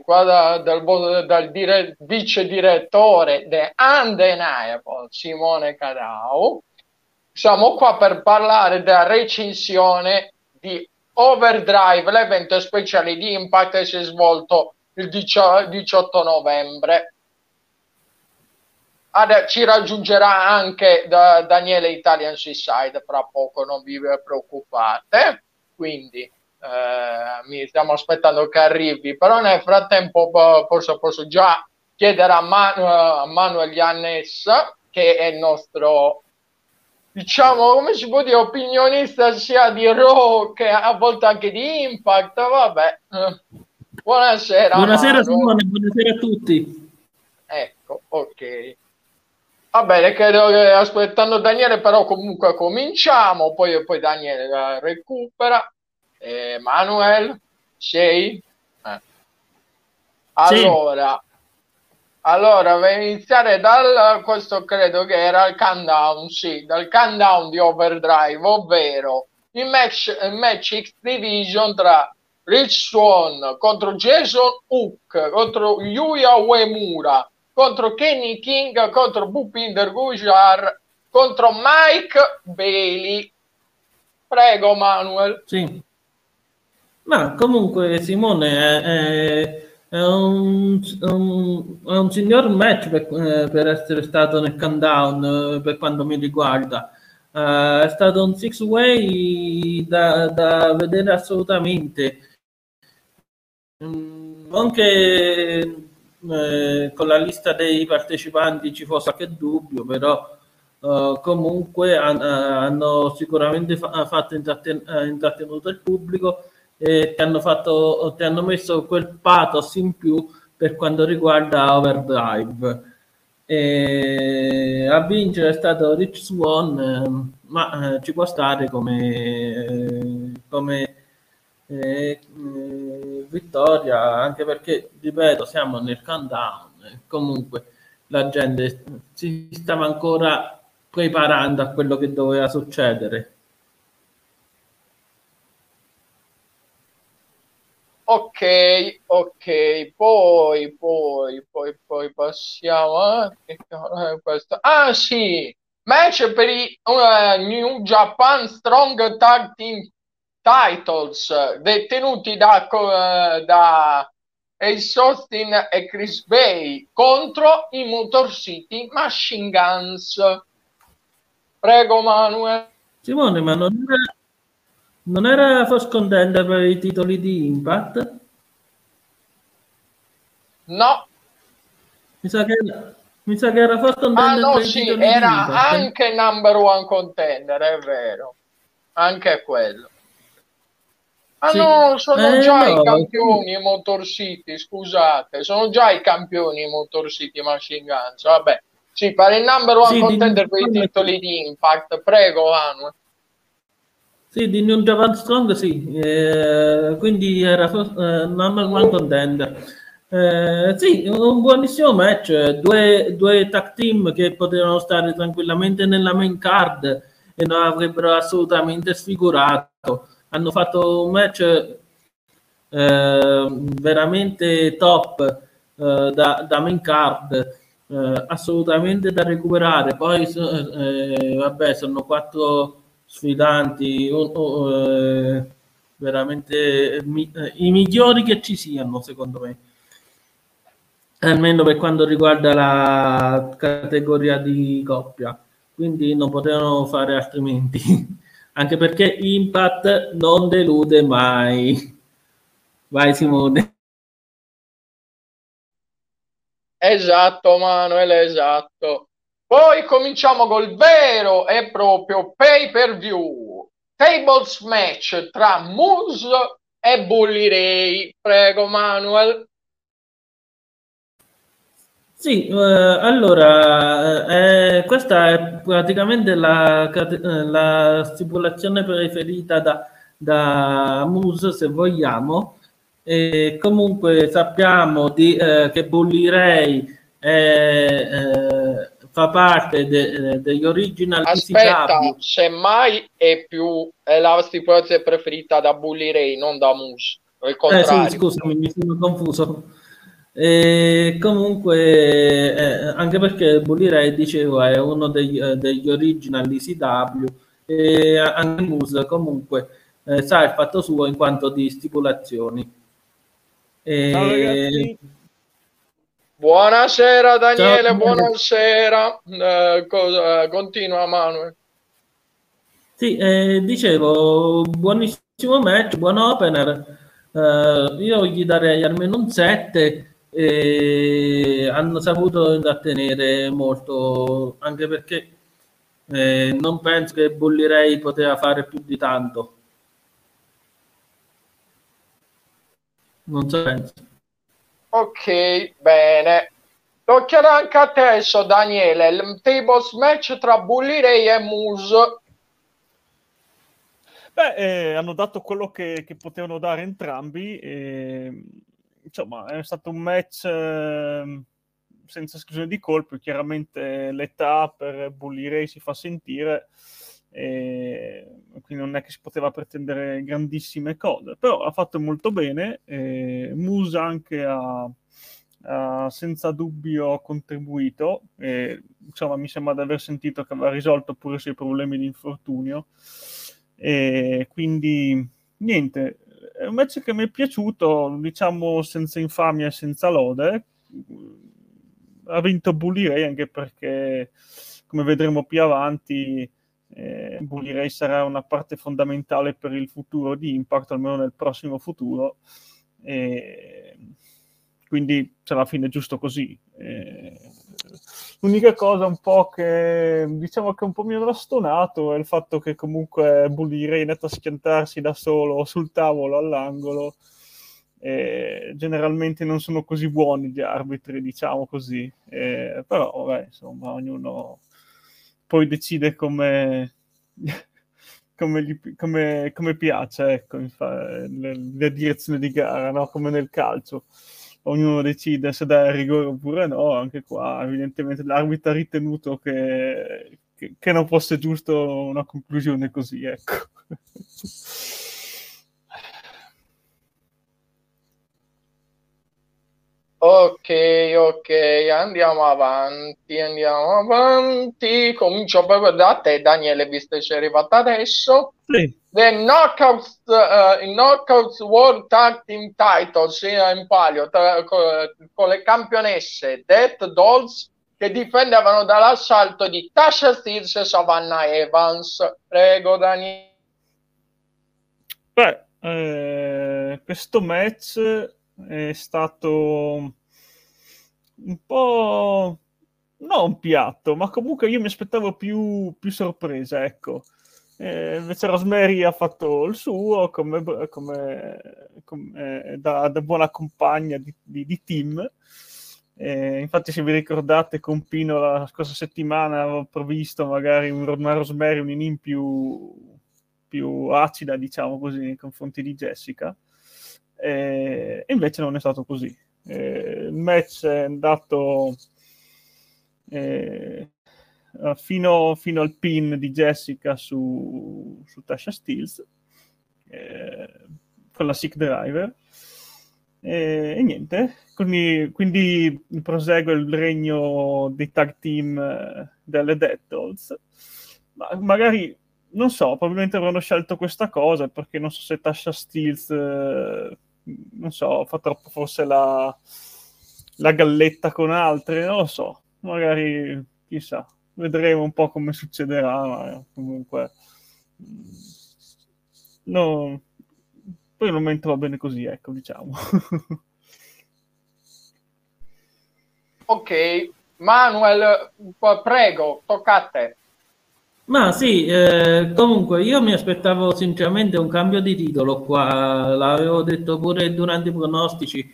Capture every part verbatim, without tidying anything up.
qua da, dal, dal dire, vice direttore di Undeniable, Simone Cadau. Siamo qua per parlare della recensione di Overdrive, l'evento speciale di Impact che si è svolto il diciotto novembre. Adesso ci raggiungerà anche da Daniele Italian Suicide fra poco, non vi preoccupate. Quindi eh, mi stiamo aspettando che arrivi, però nel frattempo forse posso già chiedere a, Manu, a Manuel Yannes, che è il nostro, diciamo, come si può dire, opinionista sia di Raw che a volte anche di Impact. Vabbè, buonasera. Buonasera Simone, buonasera a tutti. Ecco, ok. Va bene, credo che aspettando Daniele, però comunque cominciamo, poi, poi Daniele recupera. Eh, Manuel, sei? Eh. Allora, sì. Allora, per iniziare dal, questo credo che era il countdown, sì, dal countdown di Overdrive, ovvero il match, il match X Division tra Rich Swann contro Jason Hook, contro Yuya Uemura, contro Kenny King, contro Bhupinder Gujjar, contro Mike Bailey. Prego, Manuel. Sì. Ma comunque, Simone, è, è, è, un, un, è un signor match per, eh, per essere stato nel countdown, eh, per quanto mi riguarda. Uh, è stato un six way da, da vedere assolutamente. Mm, non che eh, con la lista dei partecipanti ci fosse qualche dubbio, però uh, comunque han, hanno sicuramente fa, fatto intratten- intrattenuto il pubblico e ti hanno, fatto, ti hanno messo quel pathos in più per quanto riguarda Overdrive. E a vincere è stato Rich Swann, eh, ma eh, ci può stare come, eh, come eh, eh, vittoria, anche perché, ripeto, siamo nel countdown, eh, comunque la gente si stava ancora preparando a quello che doveva succedere. Ok, ok, poi, poi, poi, poi passiamo a... questo. Ah sì, match per i uh, New Japan Strong Tag Team Titles detenuti da, uh, da Ace Austin e Chris Bay contro i Motor City Machine Guns. Prego, Manuel. Simone, ma non era, non era forse contender per i titoli di Impact? No. Mi sa che, mi sa che era forse contender ah, no, per sì, i titoli era di Impact. anche number one contender, è vero. Anche quello. Ah Sì. no, sono eh, già no. i campioni Motor City, scusate, sono già i campioni Motor City Machine Guns, vabbè. Sì, per il number one Sì, contender di, per i titoli di Impact, prego, Anu. Sì, di New Japan Strong, sì, eh, quindi era eh, number one contender. Eh, sì, un buonissimo match, due, due tag team che potevano stare tranquillamente nella main card e non avrebbero assolutamente sfigurato. Hanno fatto un match eh, veramente top eh, da, da main card. Eh, assolutamente da recuperare. Poi eh, vabbè, sono quattro sfidanti uh, uh, eh, veramente mi, eh, i migliori che ci siano, secondo me, almeno per quanto riguarda la categoria di coppia, quindi non potevano fare altrimenti. Anche perché Impact non delude mai. Vai Simone. Esatto, Manuel, esatto. Poi cominciamo col vero e proprio pay per view. Tables match tra Moose e Bully Ray. Prego, Manuel. Sì, eh, allora, eh, questa è praticamente la, la stipulazione preferita da, da Moose, se vogliamo. E comunque sappiamo di, eh, che Bully Ray è, eh, fa parte de, degli original Aspetta, P C W. semmai è più è la stipulazione preferita da Bully Ray, non da Moose. È il Eh sì, contrario. scusami, mi sono confuso. E comunque, eh, anche perché Bully Ray, dicevo, è uno degli, eh, degli original E C W, e anche Moose comunque eh, sa il fatto suo in quanto di stipulazioni. Ciao E... ragazzi. Buonasera Ciao, Daniele, buonasera. Eh, cosa, continua Manuel. sì, eh, dicevo, buonissimo match, buon opener. Eh, io gli darei almeno un sette. E hanno saputo intrattenere molto, anche perché eh, non penso che Bully Ray poteva fare più di tanto. Non so, penso. Ok, bene. Toccherà anche a te adesso, Daniele, il tables match tra Bully Ray e Moose. Beh, eh, hanno dato quello che, che potevano dare entrambi. E, insomma, è stato un match eh, senza esclusione di colpi. Chiaramente l'età per Bully Ray si fa sentire, e quindi non è che si poteva pretendere grandissime cose, però ha fatto molto bene. E Moose anche ha, ha senza dubbio contribuito. E, insomma, mi sembra di aver sentito che aveva risolto pure i suoi problemi di infortunio. E quindi niente, è un match che mi è piaciuto, diciamo senza infamia e senza lode. Ha vinto Bully Ray anche perché, come vedremo più avanti, eh, Bully Ray sarà una parte fondamentale per il futuro di Impact, almeno nel prossimo futuro. E quindi cioè, alla fine è giusto così. E l'unica cosa un po' che diciamo che un po' mi ha stonato è il fatto che comunque Bully Ray è andato a schiantarsi da solo sul tavolo all'angolo. E generalmente non sono così buoni gli arbitri, diciamo così. E, però vabbè, insomma, ognuno poi decide come come, gli, come, come piace, ecco, la, la direzione di gara, no? Come nel calcio. Ognuno decide se dare rigore oppure no. Anche qua evidentemente l'arbitro ha ritenuto che, che, che non fosse giusto una conclusione così, ecco. Ok, ok, andiamo avanti, andiamo avanti. Comincio proprio da te, Daniele, visto che sei arrivato adesso. Sì. The Knockouts, uh, Knockouts World Tag Team Titles in, in palio tra, con, con le campionesse Death Dolls che difendevano dall'assalto di Tasha Steelz e Savannah Evans. Prego, Daniele. Beh, eh, questo match è stato un po' non un piatto, ma comunque io mi aspettavo più, più sorpresa, ecco. Eh, invece Rosemary ha fatto il suo come, come, come da, da buona compagna di, di, di team. Eh, infatti, se vi ricordate, con Pino la scorsa settimana avevo previsto magari un, una Rosemary, un in più, più acida, diciamo così, nei confronti di Jessica. Eh, e invece non è stato così. Eh, il match è andato eh, fino, fino al pin di Jessica su, su Tasha Steelz eh, con la Sick Driver e, e niente, quindi, quindi prosegue il regno dei tag team eh, delle Death Dolls. Ma magari non so, probabilmente avranno scelto questa cosa perché non so se Tasha Steelz eh, non so, fa troppo forse la, la galletta con altre, non lo so, magari chissà, vedremo un po' come succederà, ma comunque no, per il momento va bene così, ecco, diciamo. Ok, Manuel, prego, tocca a te. Ma sì, eh, comunque io mi aspettavo sinceramente un cambio di titolo qua, l'avevo detto pure durante i pronostici, eh,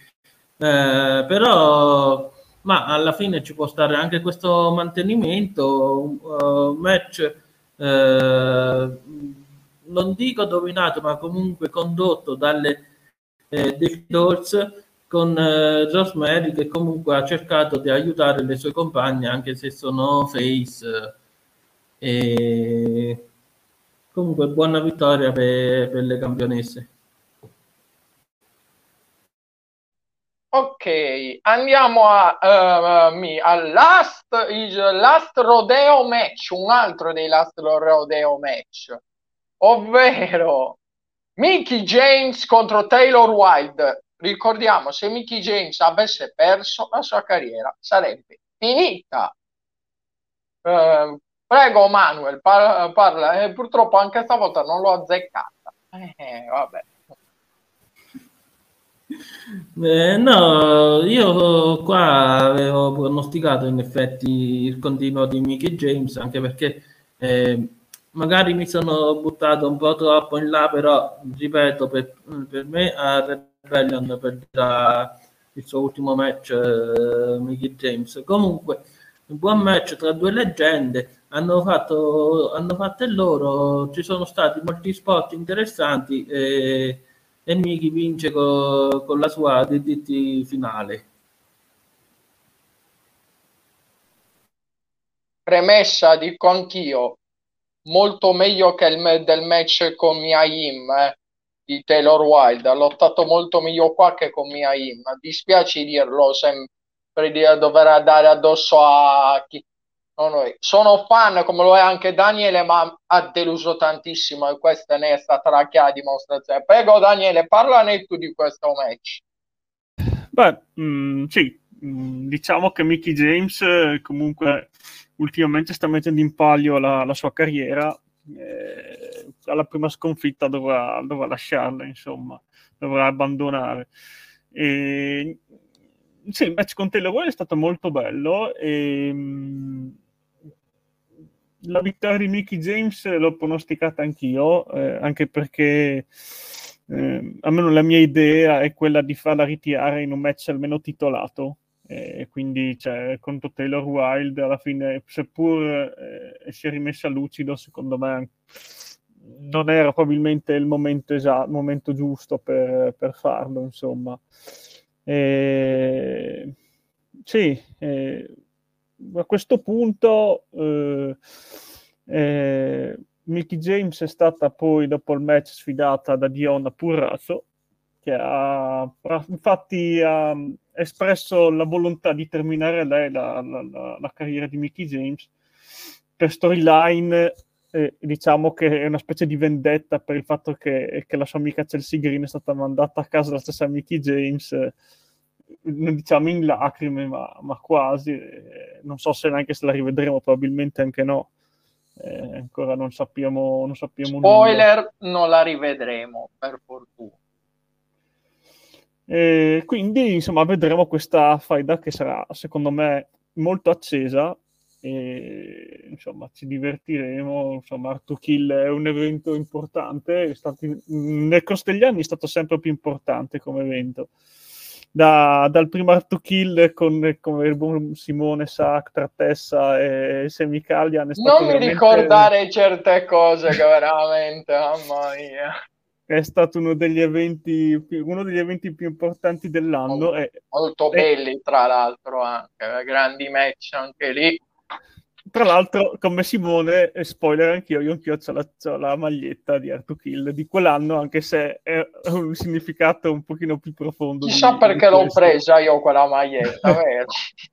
però ma alla fine ci può stare anche questo mantenimento, un uh, match eh, non dico dominato, ma comunque condotto dalle eh, The Dolls con eh, Rosemary che comunque ha cercato di aiutare le sue compagne anche se sono face. E comunque buona vittoria per, per le campionesse. Ok, andiamo a, uh, mi, al last, il last rodeo match, un altro dei last rodeo match, ovvero Mickie James contro Taylor Wilde. Ricordiamo, se Mickie James avesse perso, la sua carriera sarebbe finita. Uh, prego Manuel, par- parla. Eh, purtroppo anche stavolta non l'ho azzeccata. Eh, vabbè. Eh, no, io qua avevo pronosticato in effetti il continuo di Mickey James, anche perché eh, magari mi sono buttato un po' troppo in là, però ripeto, per, per me a Rebellion perderà il suo ultimo match eh, Mickey James. Comunque, un buon match tra due leggende, hanno fatto, hanno fatto il loro, ci sono stati molti spot interessanti. E, e Miki vince co- con la sua D D T finale. Premessa, dico anch'io, molto meglio che il me- del match con Mia Yim, eh, di Taylor Wilde. Ha lottato molto meglio qua che con Mia Yim. Dispiace dirlo sempre di dover andare addosso a chi. No, no, sono fan come lo è anche Daniele, ma ha deluso tantissimo e questa ne è stata la chiara dimostrazione. Prego Daniele, parlane tu di questo match. Beh, mh, sì, mh, diciamo che Mickie James eh, comunque ultimamente sta mettendo in palio la, la sua carriera. Eh, alla prima sconfitta dovrà, dovrà lasciarla, insomma, dovrà abbandonare. E, sì, il match con Taylor Wilde è stato molto bello e mh, la vittoria di Mickie James l'ho pronosticata anch'io, eh, anche perché eh, almeno la mia idea è quella di farla ritirare in un match almeno titolato. Eh, quindi cioè, contro Taylor Wilde alla fine, seppur eh, si è rimessa lucido, secondo me non era probabilmente il momento esatto, il momento giusto per, per farlo, insomma. Eh, sì, eh, a questo punto eh, eh, Mickie James è stata poi dopo il match sfidata da Diona Purrazzo, che ha infatti ha espresso la volontà di terminare lei la, la, la, la carriera di Mickie James per storyline. Eh, diciamo che è una specie di vendetta per il fatto che, che la sua amica Chelsea Green è stata mandata a casa dalla stessa Mickie James, eh, non diciamo in lacrime, ma, ma quasi. Eh, non so se neanche se la rivedremo, probabilmente anche no. Eh, ancora non sappiamo, non sappiamo Spoiler, nulla. non la rivedremo, per fortuna. E quindi, insomma, vedremo questa faida che sarà, secondo me, molto accesa. E, insomma, ci divertiremo. Insomma, Arthur Kill è un evento importante. È stato, nel corso degli anni è stato sempre più importante come evento. Da, dal primo Arthur Kill con, come il buon Simone sa, tra Tessa e Semicalian è stato Non mi veramente... ricordare certe cose che veramente, mamma mia. È stato uno degli eventi più, uno degli eventi più importanti dell'anno. Molto, e, molto e, belli, tra l'altro, anche grandi match anche lì. Tra l'altro, come Simone, eh, spoiler anch'io, io anch'io ho la, c'ho la maglietta di Arthur Kill di quell'anno, anche se è un significato un pochino più profondo Chissà di, di perché l'ho questo. presa io quella maglietta, vero?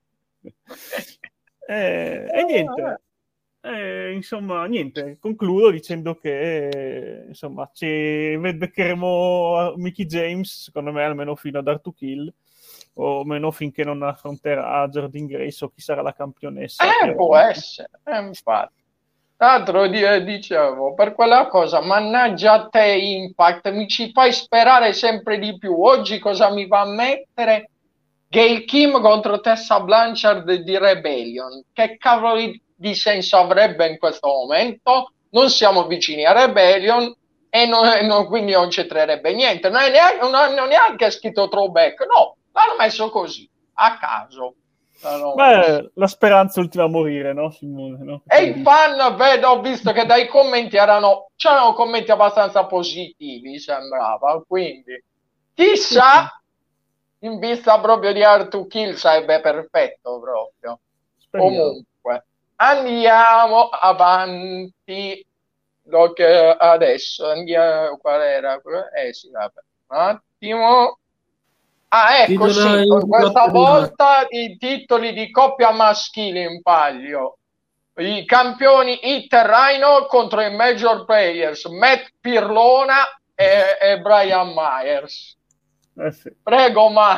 e, e niente, eh, insomma, niente, concludo dicendo che eh, insomma, ci beccheremo Mickie James, secondo me, almeno fino ad Arthur Kill, o meno finché non affronterà Jordynne Grace o chi sarà la campionessa. Eh, può essere, eh, infatti. Tra l'altro di- dicevo, per quella cosa, mannaggia a te Impact, mi ci fai sperare sempre di più. Oggi cosa mi va a mettere? Gail Kim contro Tessa Blanchard di Rebellion. Che cavolo di- di senso avrebbe in questo momento? Non siamo vicini a Rebellion e non- e non- quindi non c'entrerebbe niente. Non è neanche, non hanno neanche scritto throwback, no, l'hanno messo così, a caso. L'hanno messo. Beh, la speranza ultima a morire, no, Simone? No? E i fan, vedo, ho visto che dai commenti erano, c'erano commenti abbastanza positivi, sembrava, quindi chissà, in vista proprio di Hard to Kill sarebbe perfetto proprio. Speriamo. Comunque, andiamo avanti. Lo che adesso andiamo, qual era? Eh sì, vabbè. Un attimo. Ah, ecco, sì, Titolo in questa coppia di- volta i titoli di coppia maschile in palio. I campioni Hit Rhino contro i major players Matt Pirlona e, e Brian Myers. Eh sì. Prego, ma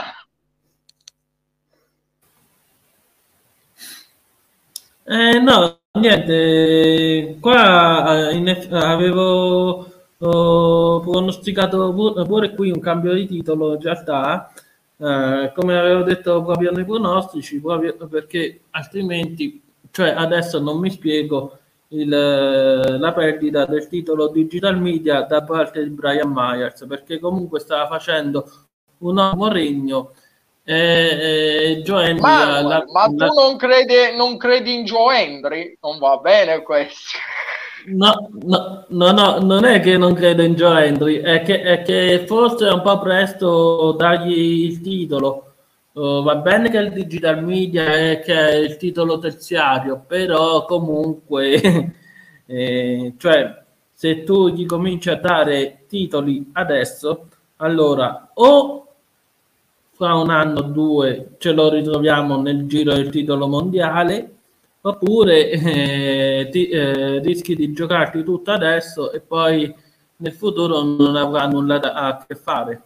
Eh, no, niente, qua eh, in eff- avevo oh, pronosticato pu- pure qui un cambio di titolo in realtà, eh, come avevo detto proprio nei pronostici, proprio perché altrimenti, cioè adesso non mi spiego il, eh, la perdita del titolo Digital Media da parte di Brian Myers, perché comunque stava facendo un ottimo regno e, e Joe Hendry la, Manuel, la- ma tu la- non credi, non credi in Joe Hendry? Non va bene questo. No, no, no, no, non è che non credo in Joe Hendry, è che, è che forse è un po' presto dargli il titolo. Uh, va bene che il digital media è, che è il titolo terziario, però comunque, eh, cioè, se tu gli cominci a dare titoli adesso, allora o fra un anno o due ce lo ritroviamo nel giro del titolo mondiale, oppure eh, ti, eh, rischi di giocarti tutto adesso e poi nel futuro non avrà nulla da, a che fare.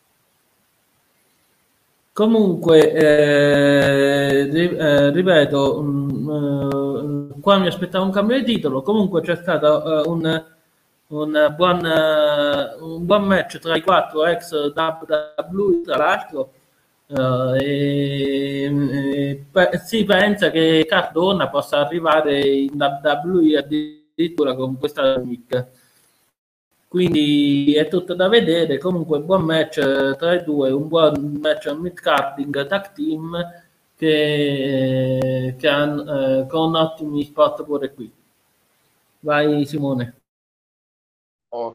Comunque, eh, ri- eh, ripeto, mh, eh, qua mi aspettavo un cambio di titolo. Comunque c'è stato eh, un, un buon, eh, un buon match tra i quattro ex W W E, tra l'altro. eh, e, e pe- si pensa che Cardona possa arrivare in W W E addirittura con questa gimmick. Quindi è tutto da vedere. Comunque, buon match eh, tra i due, un buon match a mid-carding tag team che, che han- eh, con ottimi spot pure qui. Vai, Simone. Ok.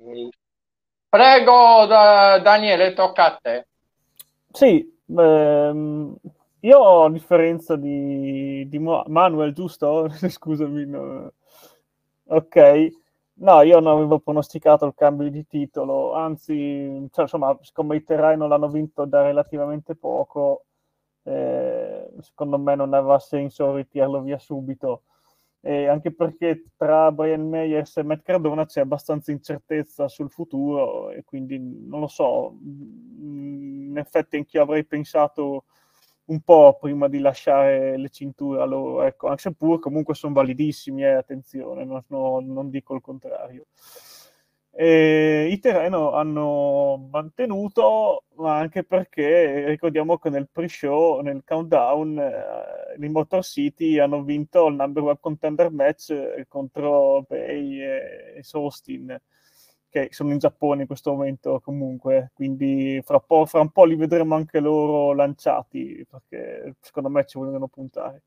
Prego, da- Daniele, tocca a te. Sì, ehm, io a differenza di, di Mo- Manuel, giusto? Scusami, no. Ok, no, io non avevo pronosticato il cambio di titolo, anzi, cioè, insomma, siccome i terreni non l'hanno vinto da relativamente poco, eh, secondo me non aveva senso ritirarlo via subito. E anche perché tra Brian Meyers e Matt Cardona c'è abbastanza incertezza sul futuro e quindi non lo so, in effetti anch'io avrei pensato un po' prima di lasciare le cinture a loro, ecco, anche seppur comunque sono validissimi, eh, attenzione, non, non, non dico il contrario. E i Terreno hanno mantenuto, ma anche perché ricordiamo che nel pre-show, nel countdown, eh, i Motor City hanno vinto il number one contender match eh, contro Bay e, e Austin, che sono in Giappone in questo momento comunque, quindi fra, po', fra un po' li vedremo anche loro lanciati, perché secondo me ci vogliono puntare.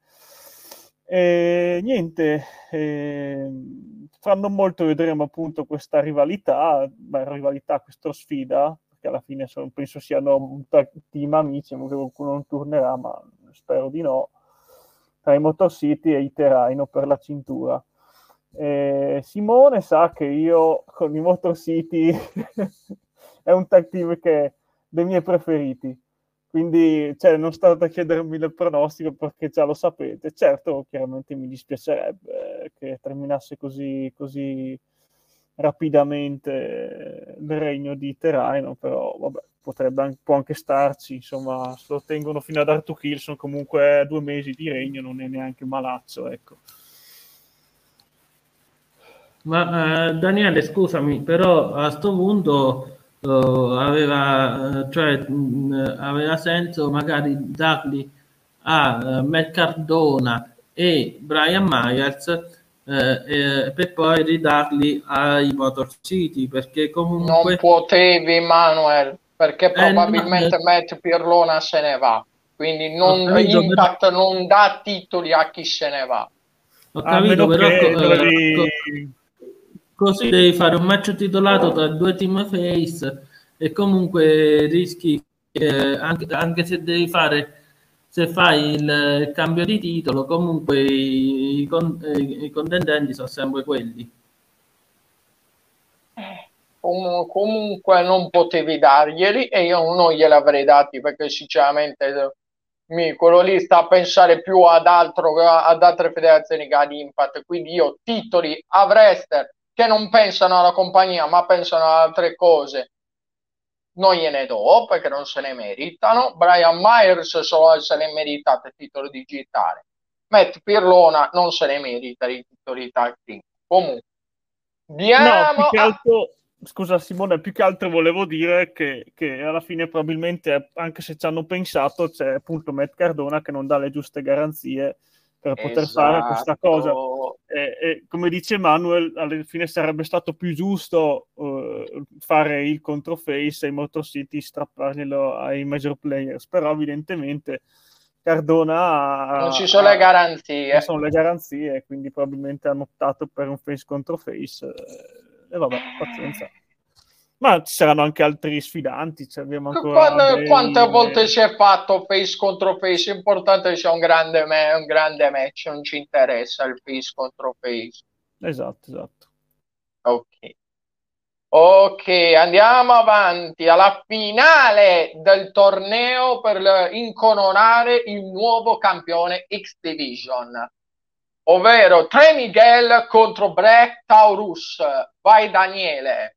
E niente, eh, fra non molto vedremo appunto questa rivalità, beh, rivalità, questa sfida, perché alla fine sono, penso siano un team amici, che qualcuno non tornerà, ma spero di no, tra i Motor City e i Terraino per la cintura. Eh, Simone sa che io con i Motor City è un tag team che è dei miei preferiti, quindi cioè, non state a chiedermi il pronostico perché già lo sapete. Certo, chiaramente mi dispiacerebbe eh, che terminasse così, così rapidamente il regno di Terraino, però vabbè, potrebbe anche, può anche starci, insomma, se lo tengono fino ad Artu Kill, sono comunque due mesi di regno, non è neanche malazzo, ecco. Ma eh, Daniele, scusami, però a sto punto eh, aveva, eh, cioè, mh, aveva senso magari darli a eh, Matt Cardona e Brian Myers eh, eh, per poi ridarli ai Motor City, perché Non comunque potevi, Manuel, perché eh, no, eh, probabilmente Matt Pirlona se ne va. Quindi ho non, capito, però, Impact non dà titoli a chi se ne va. ho A capito, meno però co- che eh, co- dovevi... così devi fare un match titolato tra due team face e comunque rischi, eh, anche, anche se devi fare, se fai il, il cambio di titolo, comunque i, i con- i- i contendenti sono sempre quelli. com- comunque non potevi darglieli e io non glieli avrei dati perché sinceramente mi, quello lì sta a pensare più ad altro, ad altre federazioni che ad Impact, quindi io titoli a wrestler che non pensano alla compagnia ma pensano ad altre cose non gliene do perché non se ne meritano. Brian Myers solo se ne meritato il titolo digitale. Matt Pirlona non se ne merita i titoli tag team. Comunque No, più andiamo che a... altro, scusa Simone, più che altro volevo dire che, che alla fine probabilmente, anche se ci hanno pensato, c'è appunto Matt Cardona che non dà le giuste garanzie per poter fare questa cosa. Esatto. E, e come dice Manuel, alla fine sarebbe stato più giusto uh, fare il contro face e Motor City strapparglielo ai major players, però evidentemente Cardona Non ha, ci sono ha, le garanzie. non sono le garanzie, quindi probabilmente hanno optato per un face contro face eh, e vabbè, pazienza. Ma ci saranno anche altri sfidanti, cioè abbiamo ancora Quando, quante volte Bale. si è fatto face contro face? È importante che sia un grande, me- un grande match, non ci interessa il face contro face. Esatto, esatto. Ok. Ok, andiamo avanti alla finale del torneo per incoronare il nuovo campione X Division, ovvero Trey Miguel contro Black Taurus. Vai Daniele.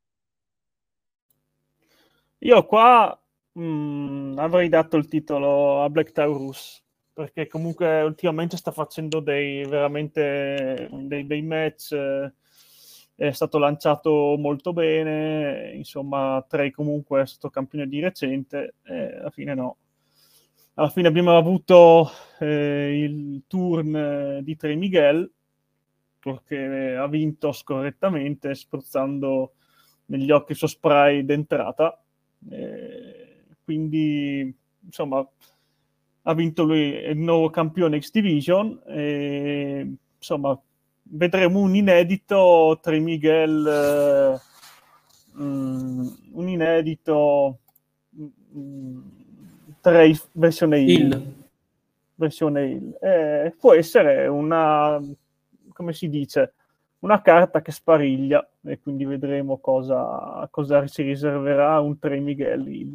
Io qua mh, avrei dato il titolo a Black Taurus, perché comunque ultimamente sta facendo dei veramente dei, dei match, eh, è stato lanciato molto bene, insomma Trey comunque è stato campione di recente, e alla fine no. Alla fine abbiamo avuto eh, il turn eh, di Trey Miguel, perché ha vinto scorrettamente spruzzando negli occhi il suo spray d'entrata. Eh, quindi insomma ha vinto lui il nuovo campione X Division e insomma vedremo un inedito Trey Miguel eh, um, un inedito um, Trey versione Il. Hill versione Hill eh, può essere una, come si dice, una carta che spariglia e quindi vedremo cosa, cosa si riserverà un Trey Miguel Hill.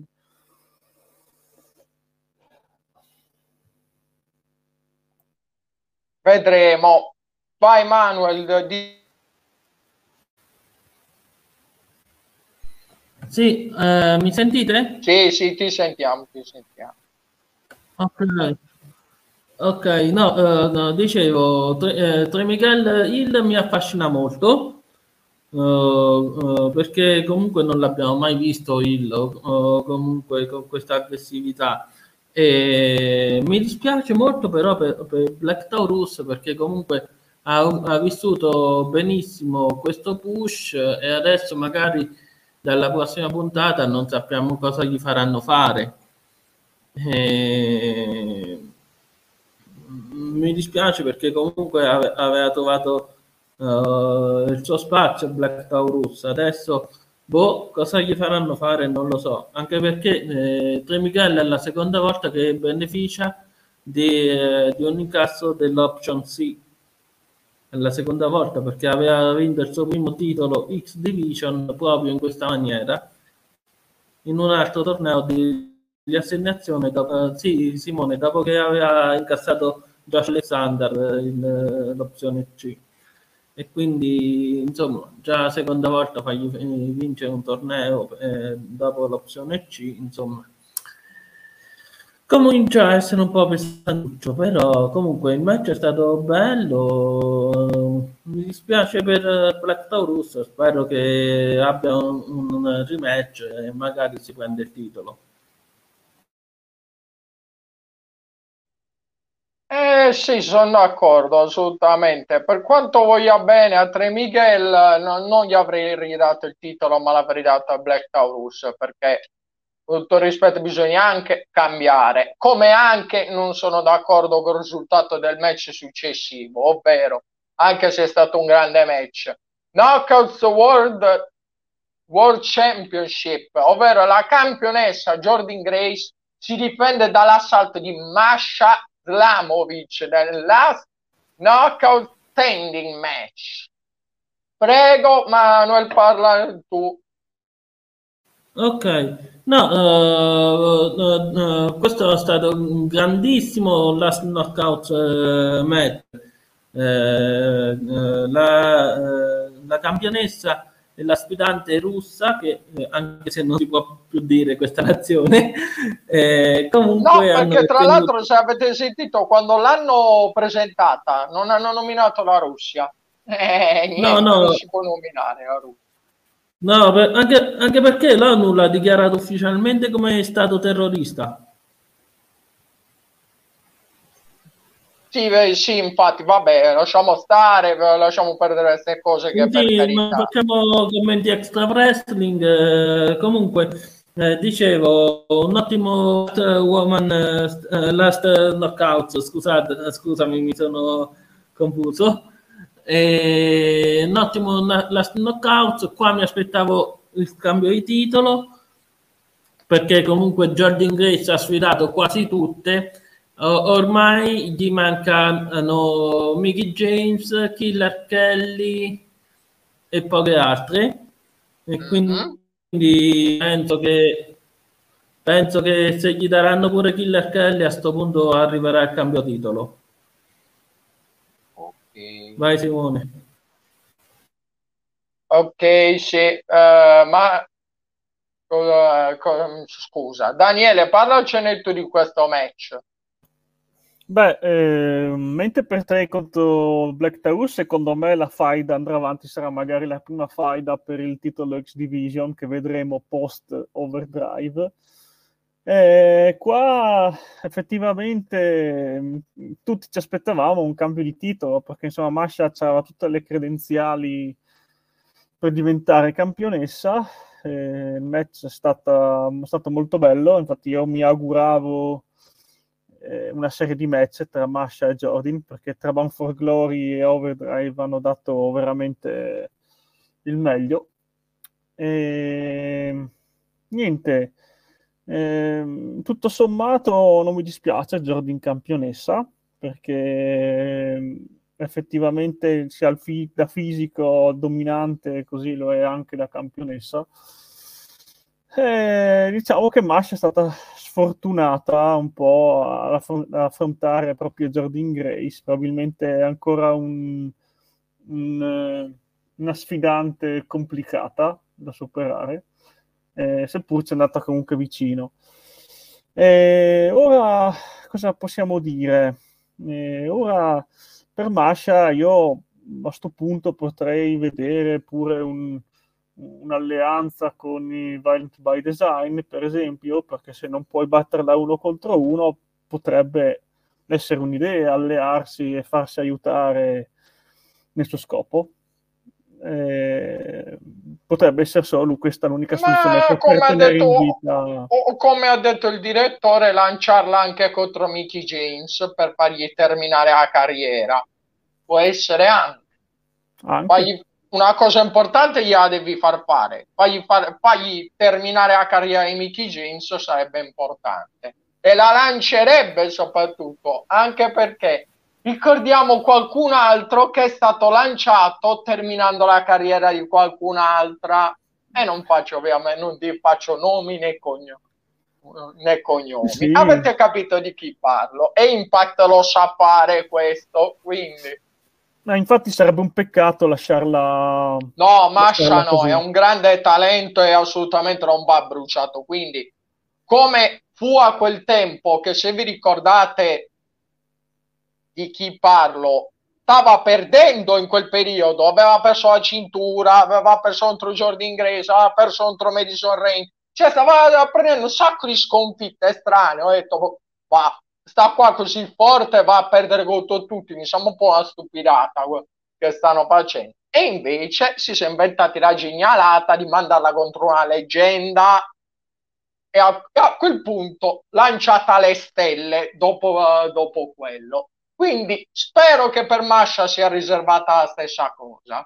Vedremo. Vai Manuel. Di... Sì, eh, mi sentite? Sì, sì, ti sentiamo, ti sentiamo. Ok, ok, no, eh, no, dicevo, Tre, eh, Tre Miguel Hill mi affascina molto, eh, eh, perché comunque non l'abbiamo mai visto Hill, eh, comunque con questa aggressività. E mi dispiace molto però per, per Black Taurus perché comunque ha, ha vissuto benissimo questo push e adesso magari dalla prossima puntata non sappiamo cosa gli faranno fare. E... mi dispiace perché comunque ave- aveva trovato uh, il suo spazio Black Taurus. Adesso boh, cosa gli faranno fare non lo so, anche perché eh, Tre Miguel è la seconda volta che beneficia di, eh, di un incasso dell'Option C. È la seconda volta perché aveva vinto il suo primo titolo X Division proprio in questa maniera in un altro torneo di, di assegnazione dopo, sì, Simone, dopo che aveva incassato Josh Alexander in, l'opzione C e quindi insomma già la seconda volta fagli vincere un torneo eh, dopo l'opzione C, insomma comincia a essere un po' pesantuccio, però comunque il match è stato bello. Mi dispiace per Black Taurus, spero che abbia un, un rematch e magari si prende il titolo. Eh sì, sono d'accordo, assolutamente. Per quanto voglia bene a Tre Miguel, no- non gli avrei ridato il titolo, ma l'avrei dato a Black Taurus, perché con tutto il rispetto bisogna anche cambiare. Come anche non sono d'accordo con il risultato del match successivo, ovvero, anche se è stato un grande match, Knockouts World, World Championship, ovvero la campionessa Jordan Grace si difende dall'assalto di Masha Slamovic nel last knockout standing match. Prego, Manuel, parla tu. Ok, no, uh, uh, uh, questo è stato un grandissimo last knockout uh, match. Uh, uh, la, uh, la campionessa e la sfidante russa, che uh, anche se non si può più dire questa nazione, eh, comunque no, hanno perché tra ottenuto... l'altro, se avete sentito, quando l'hanno presentata non hanno nominato la Russia. Eh, No, niente, non no, si può nominare la Russia. no, per- anche, anche perché l'ONU l'ha dichiarato ufficialmente come stato terrorista. Sì, beh, sì, infatti, vabbè, lasciamo stare, lasciamo perdere queste cose che per Sì, ma carità. facciamo commenti extra wrestling. eh, comunque, eh, dicevo, un ottimo last woman, eh, last knockout. Scusate, scusami, mi sono confuso. E, un ottimo na- last knockout. Qua mi aspettavo il cambio di titolo perché comunque Jordan Grace ha sfidato quasi tutte. O- ormai gli mancano Mickey James, Killer Kelly e poche altre, e Mhm. quindi penso che penso che se gli daranno pure Killer Kelly a sto punto arriverà il cambio titolo. Ok, Vai Simone. ok, sì, eh, ma cosa- co- scusa, Daniele, parlacene tu di questo match. Beh, eh, mentre per te contro Black Taurus, secondo me la faida andrà avanti, sarà magari la prima faida per il titolo X Division che vedremo post Overdrive. Eh, qua effettivamente mh, tutti ci aspettavamo un cambio di titolo perché insomma Masha aveva tutte le credenziali per diventare campionessa. Eh, il match è, stata, è stato molto bello, infatti io mi auguravo eh, una serie di match tra Masha e Jordan perché tra Bound for Glory e Overdrive hanno dato veramente il meglio. E niente, ehm, tutto sommato non mi dispiace Jordan campionessa perché ehm, effettivamente sia il fi- da fisico dominante così lo è anche da campionessa. Eh, diciamo che Masha è stata sfortunata un po' ad affron- ad affrontare proprio Jordan Grace, probabilmente è ancora un, un, eh, una sfidante complicata da superare, eh, seppur ci è andata comunque vicino. Eh, ora cosa possiamo dire? Eh, ora per Masha io a questo punto potrei vedere pure un, un'alleanza con i Violent by Design, per esempio, perché se non puoi batterla uno contro uno potrebbe essere un'idea allearsi e farsi aiutare nel suo scopo. Eh, potrebbe essere solo questa l'unica soluzione Ma per, per come ha tenere in detto, vita. o come ha detto il direttore, lanciarla anche contro Mickey James per fargli terminare la carriera. Può essere anche. Anche. Fagli una cosa importante gliela devi far fare. Fagli, far, fagli terminare la carriera di Mickey James sarebbe importante. E la lancerebbe soprattutto, anche perché ricordiamo qualcun altro che è stato lanciato terminando la carriera di qualcun'altra e non faccio ovviamente, non ti faccio nomi né cognomi. Né cognomi. Sì, Avete capito di chi parlo? E Impact lo sa fare questo, quindi ma infatti sarebbe un peccato lasciarla, no, Masha lasciarla no, è così. un grande talento e assolutamente non va bruciato. Quindi, come fu a quel tempo, che se vi ricordate di chi parlo, stava perdendo in quel periodo, aveva perso la cintura, aveva perso contro Jordan Grace, aveva perso contro Madison Rain, cioè stava prendendo un sacco di sconfitte strane. Ho detto, va, sta qua così forte, va a perdere contro tutti, mi sembra un po' una stupidata che stanno facendo. E invece si sono inventati la genialata di mandarla contro una leggenda e a, a quel punto lanciata alle stelle dopo, uh, dopo quello. Quindi spero che per Masha sia riservata la stessa cosa.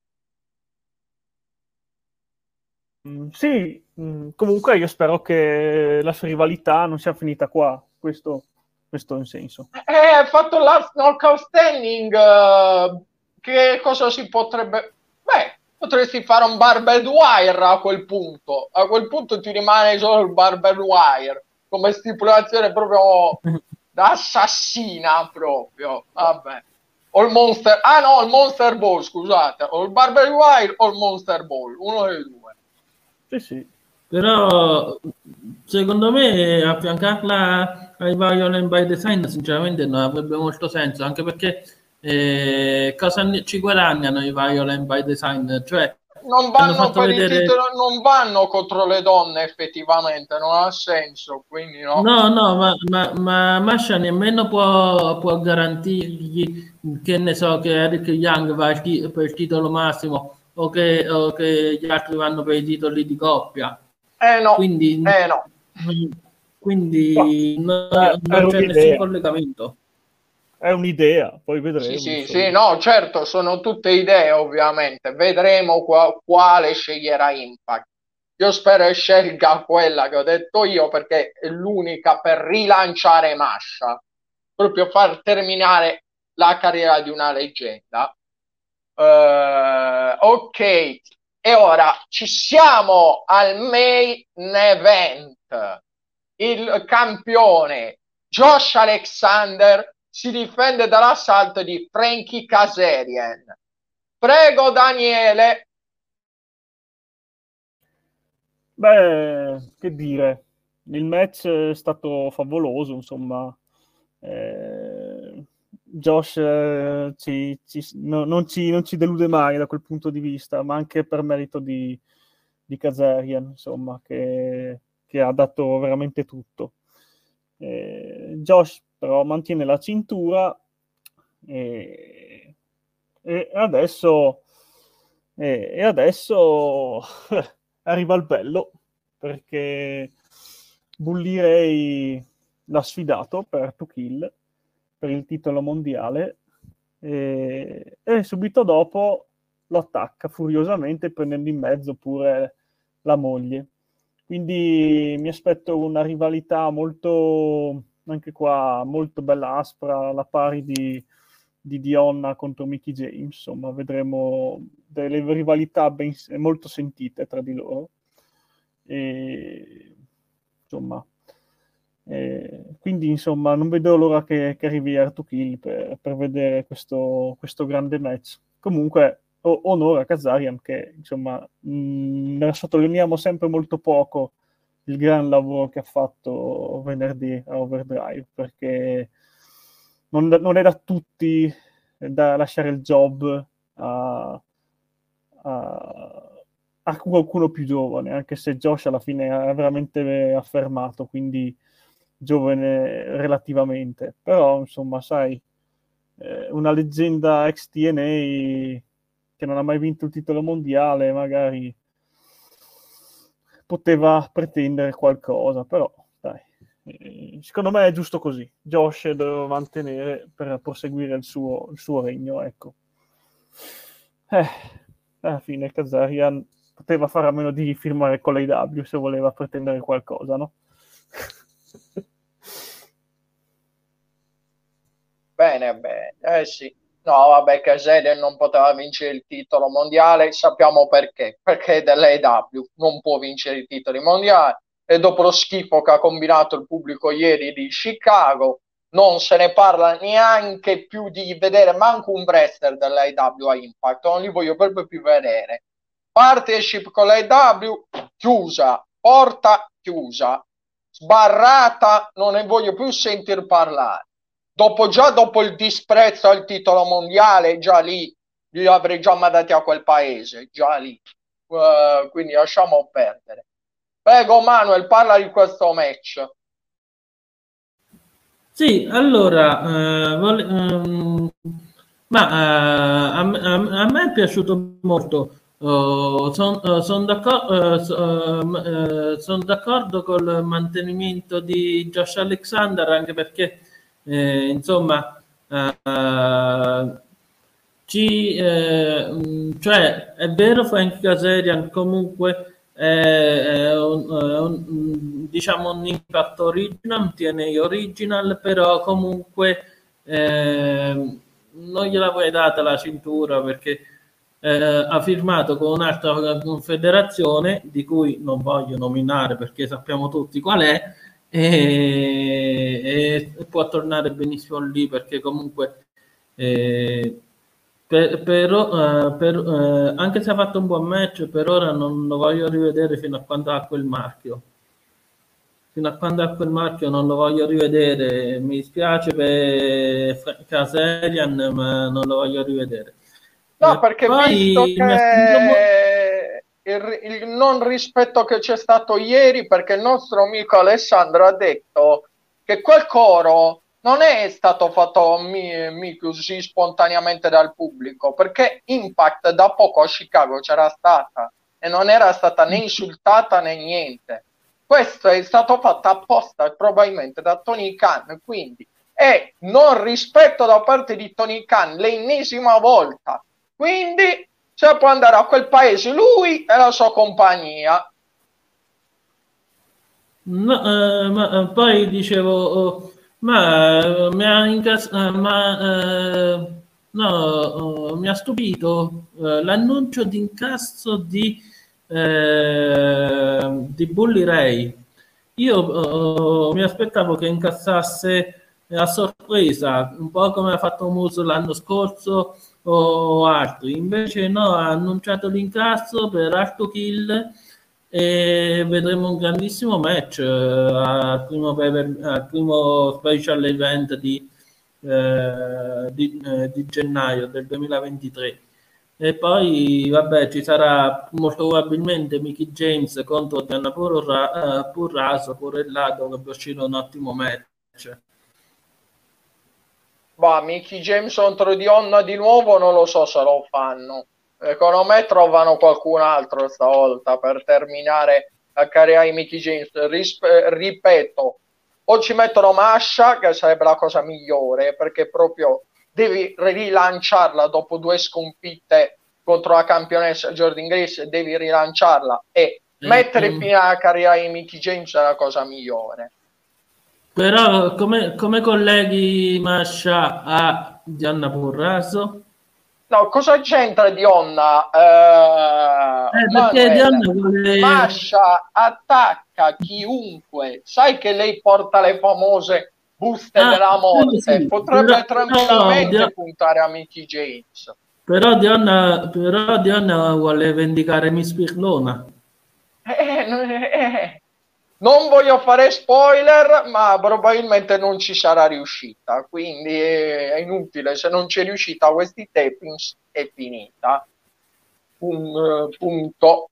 Mm, sì, mm, comunque io spero che la sua rivalità non sia finita qua, questo, questo in senso. Eh, ha fatto il last knockout standing, uh, che cosa si potrebbe... Beh, potresti fare un barbed wire a quel punto. A quel punto ti rimane solo il barbed wire come stipulazione proprio da assassina proprio. Vabbè. O il Monster, ah no, il Monster Ball, scusate, o il barbed wire o il Monster Ball, uno dei due. Sì, sì. Però secondo me affiancarla ai Violent by Design sinceramente non avrebbe molto senso, anche perché eh, cosa ci guadagnano i Violent by Design? Cioè, non vanno per vedere... il titolo, non vanno contro le donne effettivamente, non ha senso, quindi no. No, no, ma, ma, ma Masha nemmeno può, può garantirgli, che ne so, che Eric Young va per il titolo massimo o che, o che gli altri vanno per i titoli di coppia. Eh no, quindi, eh no. Quindi no, non, non c'è nessun collegamento. È un'idea, poi vedremo. Sì, sì, sì, no, certo, sono tutte idee ovviamente. Vedremo qua, quale sceglierà Impact. Io spero che scelga quella che ho detto io, perché è l'unica per rilanciare Masha, proprio far terminare la carriera di una leggenda. Uh, ok, e ora ci siamo al main event. Il campione Josh Alexander si difende dall'assalto di Frankie Kazarian. Prego Daniele. Beh, che dire, il match è stato favoloso, insomma. Eh, Josh eh, ci, ci, no, non, ci, non ci delude mai da quel punto di vista, ma anche per merito di, di Kazarian, insomma, che, che ha dato veramente tutto. Eh, Josh però mantiene la cintura e, e adesso e, e adesso arriva il bello, perché Bully Ray l'ha sfidato per To Kill, per il titolo mondiale, e, e subito dopo lo attacca furiosamente prendendo in mezzo pure la moglie. Quindi mi aspetto una rivalità molto, anche qua, molto bella, aspra, alla pari di, di Dionna contro Mickie James. Insomma, vedremo delle rivalità ben, molto sentite tra di loro. E, insomma, e, quindi, insomma, non vedo l'ora che, che arrivi Air to Kill per, per vedere questo, questo grande match. Comunque, onore a Kazarian, che insomma mh, sottolineiamo sempre molto poco il gran lavoro che ha fatto venerdì a Overdrive, perché non, non è da tutti da lasciare il job a, a, a qualcuno più giovane, anche se Josh alla fine ha veramente affermato, quindi giovane relativamente, però insomma sai, eh, una leggenda ex T N A che non ha mai vinto il titolo mondiale, magari poteva pretendere qualcosa, però dai, eh, secondo me è giusto così. Josh deve mantenere per proseguire il suo, il suo regno, ecco. Eh, alla fine Kazarian poteva fare a meno di firmare con l'A E W se voleva pretendere qualcosa, no? Bene, bene, eh sì. No, vabbè, Kazarian non poteva vincere il titolo mondiale, sappiamo perché, perché dell'A E W non può vincere i titoli mondiali, e dopo lo schifo che ha combinato il pubblico ieri di Chicago, non se ne parla neanche più di vedere manco un wrestler dell'A E W a Impact, non li voglio proprio più vedere. Partnership con l'A E W chiusa, porta chiusa, sbarrata, non ne voglio più sentir parlare. Dopo, già dopo il disprezzo al titolo mondiale, già lì li avrei già mandati a quel paese, già lì. Uh, quindi lasciamo perdere. Prego Manuel, parla di questo match. Sì, allora, eh, vole, um, ma eh, a, a, a me è piaciuto molto. Uh, Sono uh, son d'accordo, uh, so, uh, son d'accordo col mantenimento di Josh Alexander, anche perché eh, insomma uh, ci, eh, cioè è vero, Frank Kazarian comunque è, è un, è un, diciamo un Impact Original, T N A Original, però comunque eh, non gliela vuoi data la cintura, perché eh, ha firmato con un'altra confederazione di cui non voglio nominare perché sappiamo tutti qual è, e, e può tornare benissimo lì perché comunque eh, per, però, eh, per, eh, anche se ha fatto un buon match, per ora non lo voglio rivedere fino a quando ha quel marchio. Fino a quando ha quel marchio non lo voglio rivedere. Mi dispiace per Kaserian, ma non lo voglio rivedere. No, E perché visto poi mi ha sentito mo- che il, il non rispetto che c'è stato ieri, perché il nostro amico Alessandro ha detto che quel coro non è stato fatto mi, mi così spontaneamente dal pubblico, perché Impact da poco a Chicago c'era stata e non era stata né insultata né niente. Questo è stato fatto apposta probabilmente da Tony Khan, quindi è non rispetto da parte di Tony Khan l'ennesima volta. Quindi cioè, può andare a quel paese lui e la sua compagnia. no, eh, ma eh, poi dicevo, oh, ma eh, mi ha incas- eh, ma, eh, no, oh, mi ha stupito eh, l'annuncio di incasso di, eh, di Bully Ray. Io oh, mi aspettavo che incassasse a sorpresa, un po' come ha fatto Muso l'anno scorso o altri. Invece no, ha annunciato l'incasso per Alto Kill e vedremo un grandissimo match eh, al primo, paper- al primo special event di, eh, di, eh, di gennaio del duemilaventitré. E poi, vabbè, ci sarà molto probabilmente Mickey James contro Diana Purra- eh, Purrazzo, pure là dovrebbe uscire un ottimo match. Bah, Mickey James contro Dionna di nuovo non lo so se lo fanno. Secondo me trovano qualcun altro stavolta per terminare la carriera di Mickey James. Risp- ripeto, o ci mettono Masha, che sarebbe la cosa migliore, perché proprio devi rilanciarla dopo due sconfitte contro la campionessa Jordan Grace, devi rilanciarla e Eh, mettere ehm, fine alla carriera di Mickey James è la cosa migliore. Però come, come colleghi Masha a Diana Purrazzo? No, cosa c'entra Dionna? Eh, Eh, perché Manuel, Diana vuole... Masha attacca chiunque. Sai che lei porta le famose buste Ah, della quello morte. sì, però, Potrebbe però, tranquillamente Dia- puntare a Mickey James. però Diana, però Diana vuole vendicare Miss Pirlona. Eh, eh, non voglio fare spoiler, ma probabilmente non ci sarà riuscita. Quindi è inutile. Se non c'è riuscita a questi tapings, è finita. Un uh, punto.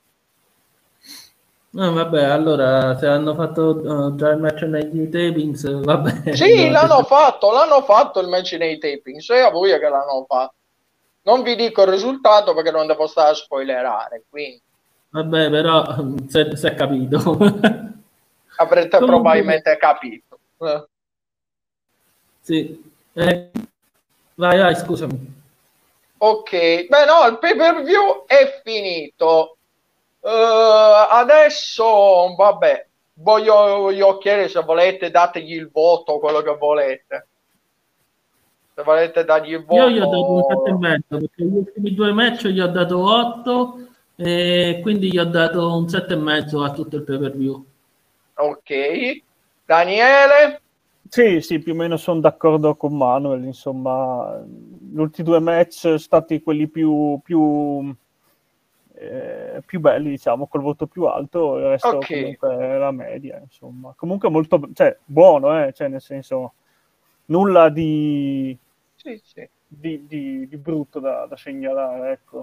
Ah, vabbè, allora se hanno fatto eh, già il match negli tapings, vabbè, Sì, no, l'hanno detto- fatto, l'hanno fatto il match nei tapings, e a voi che l'hanno fatto. Non vi dico il risultato perché non devo stare a spoilerare, quindi vabbè, però si è capito. avrete Comunque, probabilmente capito. Eh, sì. Eh, vai, vai, scusami. ok, beh no, il pay per view è finito. Eh, adesso, vabbè, voglio gli occhiali, se volete dategli il voto, quello che volete. Se volete dargli il Io gli ho dato un sette e voto, mezzo perché gli ultimi due match gli ho dato otto e quindi gli ho dato un sette e mezzo a tutto il pay per view. ok. Daniele? Sì, sì, più o meno sono d'accordo con Manuel, insomma, gli ultimi due match sono stati quelli più, più, eh, più belli, diciamo, col voto più alto, il resto Ok. comunque è la media, insomma. Comunque molto, cioè, buono, eh, cioè, nel senso, nulla di, Sì, sì. di, di, di brutto da, da segnalare, ecco.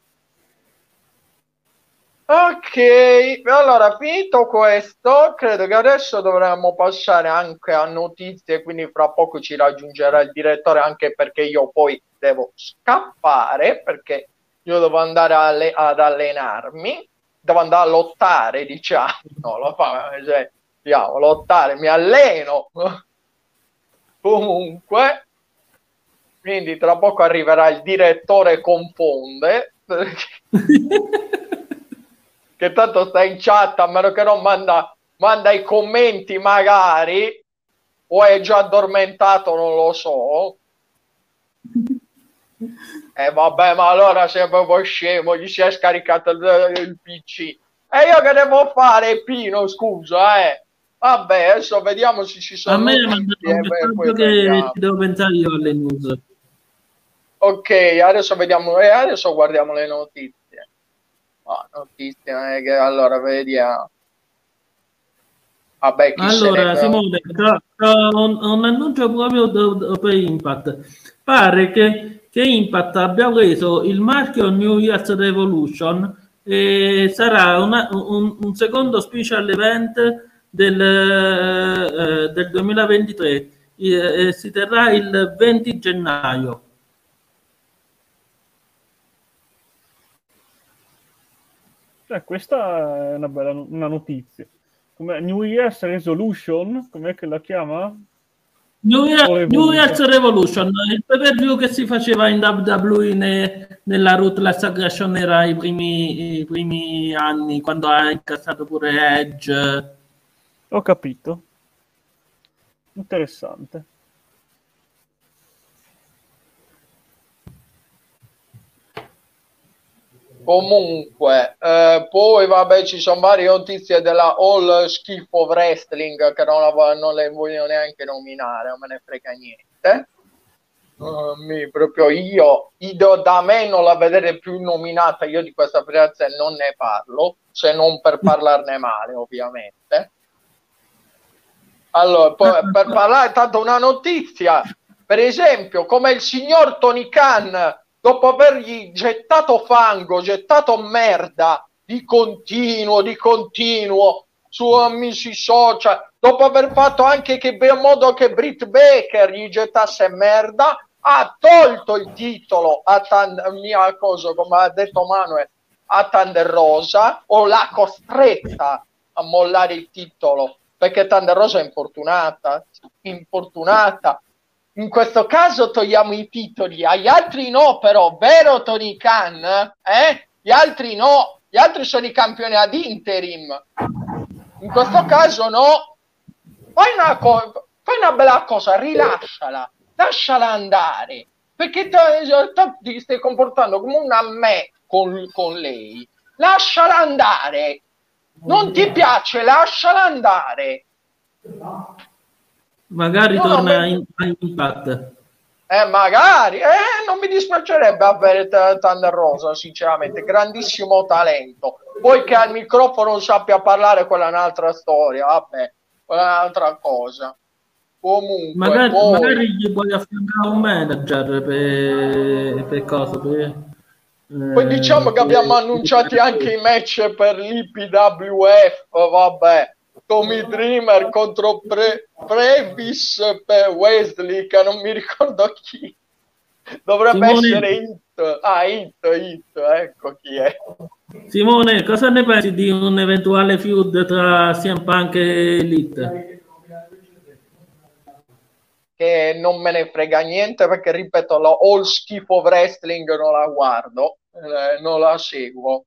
Ok, allora finito questo, credo che adesso dovremmo passare anche a notizie, quindi fra poco ci raggiungerà il direttore anche perché io poi devo scappare perché io devo andare alle- ad allenarmi, devo andare a lottare, diciamo, no, lo fa, cioè, diciamo, lottare, mi alleno comunque, quindi tra poco arriverà il direttore confonde perché che tanto sta in chat, a meno che non manda, manda i commenti magari, o è già addormentato, non lo so. Eh vabbè, ma allora sei proprio scemo, gli si è scaricato il, il P C. E io che devo fare, Pino, scusa, eh. Vabbè, adesso vediamo se ci A sono me ha notizie mandato un e poi messaggio che vediamo. ci devo pensare io alle news. Ok, adesso vediamo, e adesso guardiamo le notizie. Oh, notizie, non è che allora vediamo. Vabbè, chi se ne Allora, Simone, c'ho- c'ho un, un annuncio proprio do- do- per Impact. Pare che, che Impact abbia preso il marchio New Year's Revolution e sarà una- un, un secondo special event del, eh, del duemilaventitré. Eh, e si terrà il venti gennaio. Cioè, questa è una bella no- una notizia. Come New Year's Resolution, com'è che la chiama? New, Year, O New Revolution? Year's Revolution, il pay-per-view che si faceva in W W E ne- nella Ruthless Aggression era i primi, i primi anni, quando ha incassato pure Edge. Ho capito. Interessante. Comunque, eh, poi vabbè, ci sono varie notizie della All Schifo Wrestling che non, la, non le voglio neanche nominare, non me ne frega niente. Uh, mi, proprio io, io da me non la vedere più nominata, io di questa federazione non ne parlo, se non per parlarne male, ovviamente. Allora, poi, per parlare tanto una notizia, per esempio, come il signor Tony Khan, dopo avergli gettato fango, gettato merda di continuo, di continuo su amici social, dopo aver fatto anche che in modo che Britt Baker gli gettasse merda, ha tolto il titolo a Tan- mia cosa, come ha detto Manuel, a Thunder Rosa, o l'ha costretta a mollare il titolo perché Thunder Rosa è infortunata, infortunata. In questo caso togliamo i titoli, agli altri no, però, vero Tony Khan? Eh? Gli altri no, gli altri sono i campioni ad interim. In questo caso no. Fai una, co- fai una bella cosa, rilasciala, lasciala andare, perché ti stai comportando come una me con, con lei. Lasciala andare. Non ti piace, lasciala andare. Magari Io non torna mi... in, a Impact. Eh, magari, eh, non mi dispiacerebbe avere Thunder Rosa, sinceramente, grandissimo talento. Poi che al microfono sappia parlare, quella è un'altra storia, vabbè, quella è un'altra cosa. Comunque, Magari, poi... magari gli puoi affiancare un manager per, per cosa, per, Poi diciamo eh, che abbiamo annunciati anche i match per l'I P W F, vabbè. Tommy Dreamer contro Pre- Previs per Wesley, che non mi ricordo chi. Dovrebbe Simone, essere Hit. Ah, Hit, Hit, ecco chi è. Simone, cosa ne pensi di un eventuale feud tra C M Punk e Elite? Che non me ne frega niente perché, ripeto, la all schifo wrestling non la guardo, eh, non la seguo.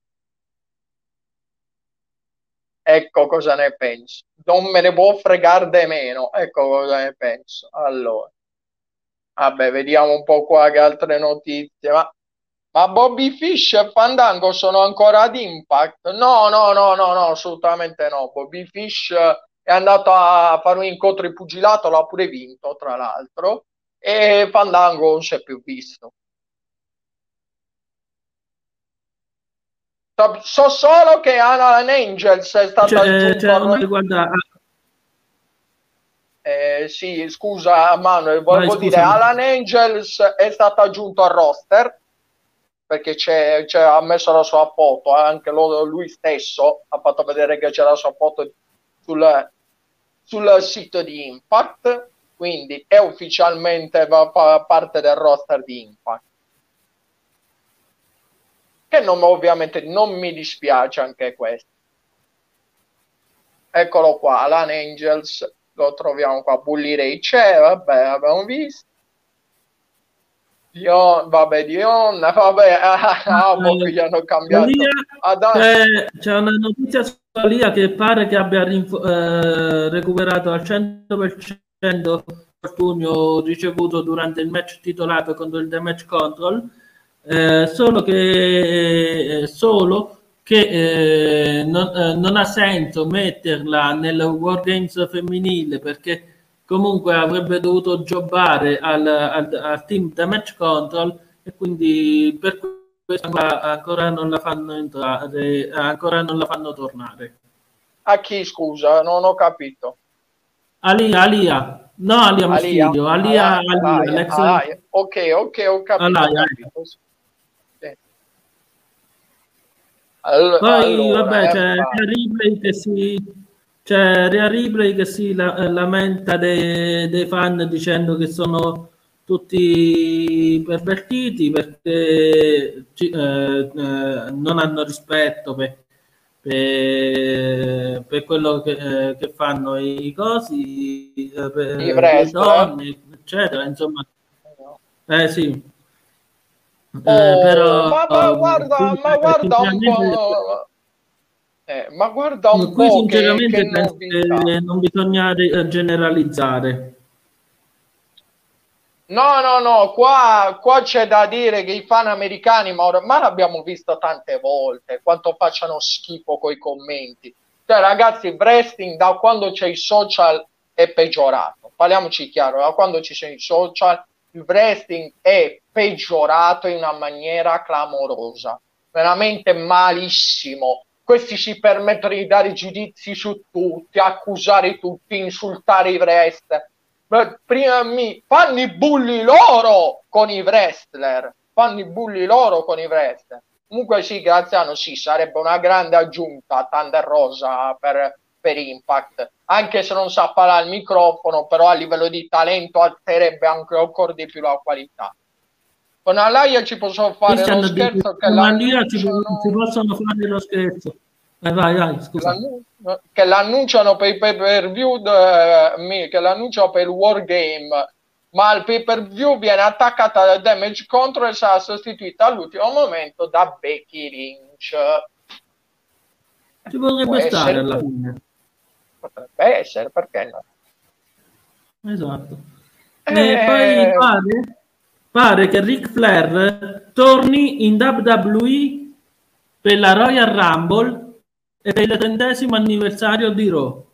Ecco cosa ne penso. Non me ne può fregare di meno. Ecco cosa ne penso. Allora, vabbè, vediamo un po' qua che altre notizie. Ma, ma Bobby Fish e Fandango sono ancora ad Impact? No, no, no, no, no, assolutamente no. Bobby Fish è andato a fare un incontro di pugilato, l'ha pure vinto, tra l'altro, e Fandango non si è più visto. So, so solo che Alan Angels è stato C'è, aggiunto c'è al... una riguarda... Eh, sì, scusa Manuel, Vai, volevo dire scusami. Alan Angels è stato aggiunto al roster perché c'è, c'è, ha messo la sua foto, anche lo, lui stesso ha fatto vedere che c'è la sua foto sul, sul sito di Impact, quindi è ufficialmente fa parte del roster di Impact. Che non, ovviamente non mi dispiace anche questo. Eccolo qua, Alan Angels, lo troviamo qua, Bully Ray c'è, vabbè, abbiamo visto. Dion, vabbè, Dion, vabbè, ah, eh, gli hanno cambiato. C'è, c'è una notizia su Alia che pare che abbia rinfo- eh, recuperato al cento per cento infortunio ricevuto durante il match titolato contro il Damage Control, eh, solo che, eh, solo che eh, non, eh, non ha senso metterla nel World Games femminile, perché comunque avrebbe dovuto jobbare al, al, al team Damage Control, e quindi per questo ancora non la fanno entrare, ancora non la fanno tornare. A chi, scusa? Non ho capito. Alia, Alia. No, Alia Mysterio, Alia, Alia, Alia, Alia, l'ex... Alia. Ok, ok, ho capito. Alia, ho capito. Sì. All- Poi allora, vabbè, eh, c'è Rhea Ripley che si c'è Rhea Ripley che si la- lamenta dei, dei fan dicendo che sono tutti pervertiti perché ci- eh, eh, non hanno rispetto per, per, per quello che, eh, che fanno i cosi, eh, per I le wrestler. donne, eccetera, insomma. Eh sì. Eh, Oh, però ma, ma guarda, qui, ma guarda un sinceramente, po'. Eh, ma guarda un qui po' che, che sinceramente penso novità. che non bisogna eh, generalizzare. No, no, no, qua, qua c'è da dire che i fan americani, ma ormai l'abbiamo visto tante volte, quanto facciano schifo coi commenti. Cioè, ragazzi, il wrestling da quando c'è i social è peggiorato. Parliamoci chiaro, da quando ci sono i social, il wrestling è peggiorato in una maniera clamorosa. Veramente malissimo. Questi si permettono di dare giudizi su tutti, accusare tutti, insultare i wrestler. Prima mi fanno i bulli loro con i wrestler, fanno i bulli loro con i wrestler. Comunque sì, Graziano, sì, sarebbe una grande aggiunta a Thunder Rosa per, per Impact, anche se non sa parlare al microfono, però a livello di talento alzerebbe anche ancora di più la qualità. Con Alaya ci possono fare lo scherzo che l'annunciano... ci, l'annunciano... ci possono fare lo scherzo. Eh, vai, vai, scusa. Che l'annunciano per i pay per view, che l'annunciano per il War Game, ma al pay per view viene attaccata da Damage Control e sarà sostituita all'ultimo momento da Becky Lynch. Ci potrebbe stare alla fine. Potrebbe essere, perché no? Esatto. Eh... E poi pare, pare che Ric Flair torni in W W E per la Royal Rumble e per il trentesimo anniversario di Raw.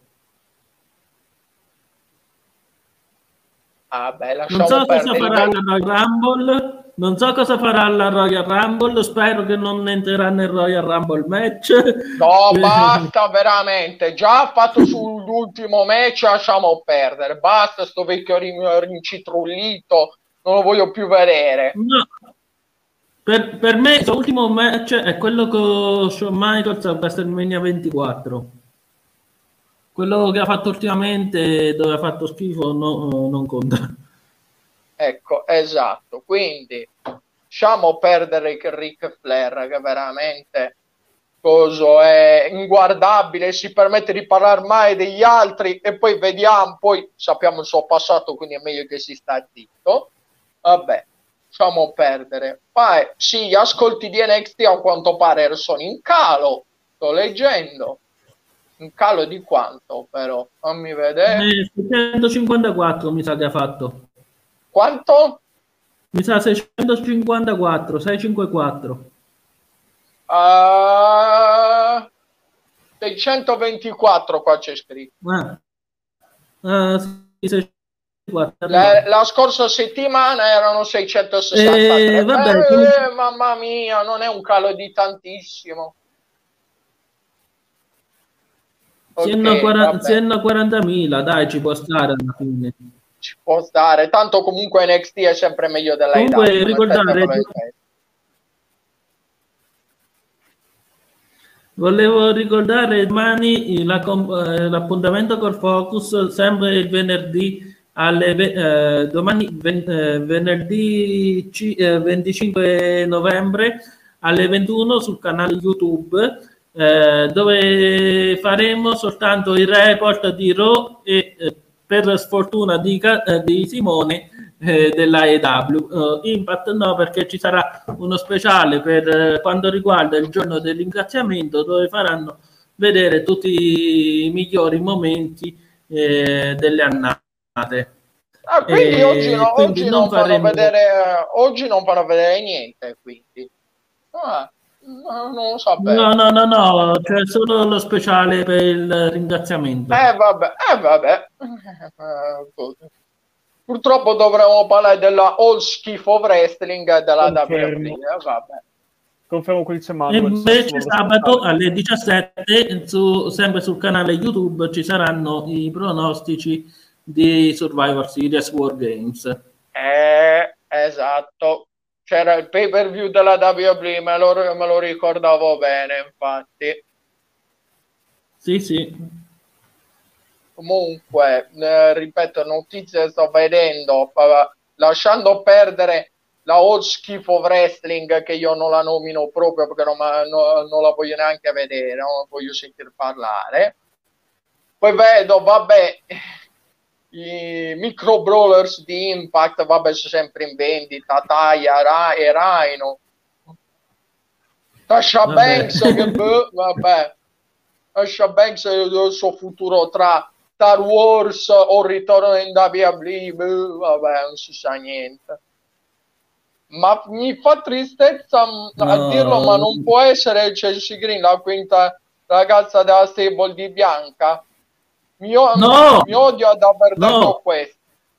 Ah, beh, non so cosa farà la Royal Rumble, non so cosa farà la Royal Rumble, spero che non entrerà nel Royal Rumble match. No, basta veramente, già ha fatto sull'ultimo match, lasciamo perdere, basta sto vecchio rincitrullito, non lo voglio più vedere. No. Per, per me l'ultimo match è quello con Shawn Michaels a WrestleMania ventiquattro. Quello che ha fatto ultimamente, dove ha fatto schifo, no, non conta. Ecco, esatto. Quindi lasciamo perdere Ric Flair, che veramente coso è inguardabile, si permette di parlare mai degli altri e poi vediamo, poi sappiamo il suo passato, quindi è meglio che si sta zitto. Vabbè. Lasciamo perdere. Poi sì, gli ascolti di N X T a quanto pare sono in calo, sto leggendo. In calo di quanto però? Fammi vedere. Eh, seicentocinquantaquattro mi sa che ha fatto. Quanto? Mi sa seicentocinquantaquattro, seicentocinquantaquattro. Uh, seicentoventiquattro qua c'è scritto. Ah. Uh, sì, La, la scorsa settimana erano seicentosessantatré. Eh, vabbè, eh, mamma mia, non è un calo di tantissimo. Okay, siano quarantamila, dai, ci può stare alla fine. Ci può stare, tanto comunque N X T è sempre meglio della comunque I W. Ricordare, volevo ricordare domani l'appuntamento col Focus, sempre il venerdì alle eh, domani ven, eh, venerdì c, eh, venticinque novembre alle ventuno sul canale YouTube, eh, dove faremo soltanto il report di Raw e eh, per sfortuna di, eh, di Simone eh, della A E W. Uh, Impact no, perché ci sarà uno speciale per eh, quanto riguarda il giorno del ringraziamento, dove faranno vedere tutti i migliori momenti eh, delle annate. Ah, quindi E oggi, no, quindi oggi, non non fanno faremo... vedere, eh, oggi non fanno vedere niente, quindi. Ah, no, non lo sapevo. No, no, no, no, c'è solo lo speciale per il ringraziamento. Eh vabbè, eh vabbè. Eh, purtroppo dovremo parlare della All Schifo of Wrestling e della Confermo. W W E, eh, vabbè. Confermo quello dice E Manuel. invece Sassuolo sabato speciale. alle diciassette, su- sempre sul canale YouTube, ci saranno i pronostici di Survivor Series War Games. Eh, esatto. C'era il pay per view della W W E, me lo, me lo ricordavo bene, infatti. Sì, sì. Comunque, eh, ripeto, notizie sto vedendo, pa- lasciando perdere la All Schifo of Wrestling, che io non la nomino proprio perché non, ma- no- non la voglio neanche vedere, non voglio sentire parlare. Poi vedo, vabbè, i micro brawlers di Impact, vabbè, sono sempre in vendita, Taya Ra- e Rhino. Tasha Vabbè. Banks, che boh, vabbè. Tasha Banks e il suo futuro tra Star Wars o ritorno in W W E, boh, vabbè, non si sa niente. Ma mi fa tristezza mh, a dirlo, ma No, non può essere Chelsea Green, la quinta ragazza della stable di Bianca. Mi, o- no, mi odio ad aver detto no, questo.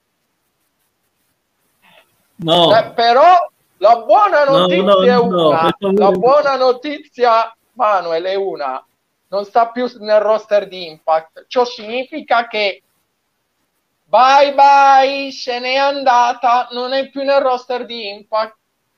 no, Eh, però la buona no, no, notizia è no, una, per la favore. buona notizia, Manuel, è una, non sta più nel roster di Impact. Ciò significa che bye bye, se n'è andata, non è più nel roster di Impact.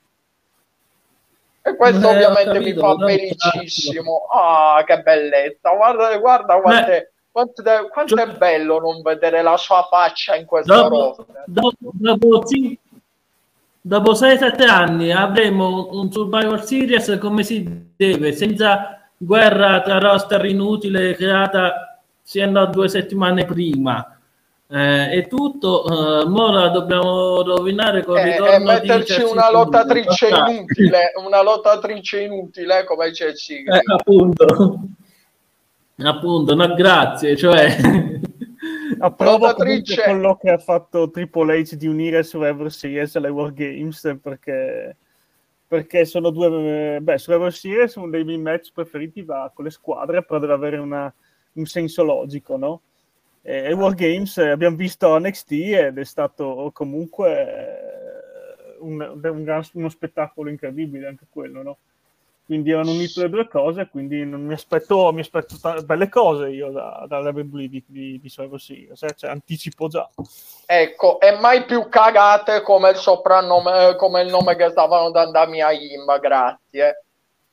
E questo Eh, ho ovviamente mi capito, fa però un attimo. felicissimo. Ah, che bellezza, guarda, guarda quanto Beh, è, quanto è- quanto è cioè, bello non vedere la sua faccia in questo dopo, roster. dopo, dopo, cin- dopo sei sette anni avremo un Survivor Series come si deve, senza guerra tra roster inutile creata fino a due settimane prima. Eh, e tutto, eh, ora dobbiamo rovinare col E, e ritorno di metterci Chelsea una Green. lottatrice inutile, una lottatrice inutile come Chelsea Eh, Green. appunto, appunto, no, grazie, cioè... Approvo comunque Lottatrice, quello che ha fatto Triple H di unire Survivor Series alle War Games, perché, perché sono due... Beh, Survivor Series, uno dei miei match preferiti, va con le squadre, però deve avere una, un senso logico, no? E, e War Games eh, abbiamo visto N X T ed è stato comunque eh, un, un gran- uno spettacolo incredibile anche quello, no? Quindi hanno unito le due cose, quindi non mi aspetto, mi aspetto t- belle cose io da, da W W E di, di, di Survivor Series, eh? Cioè, anticipo già. ecco, e mai più cagate come il soprannome, come il nome che stavano dando a Mia Yim, grazie.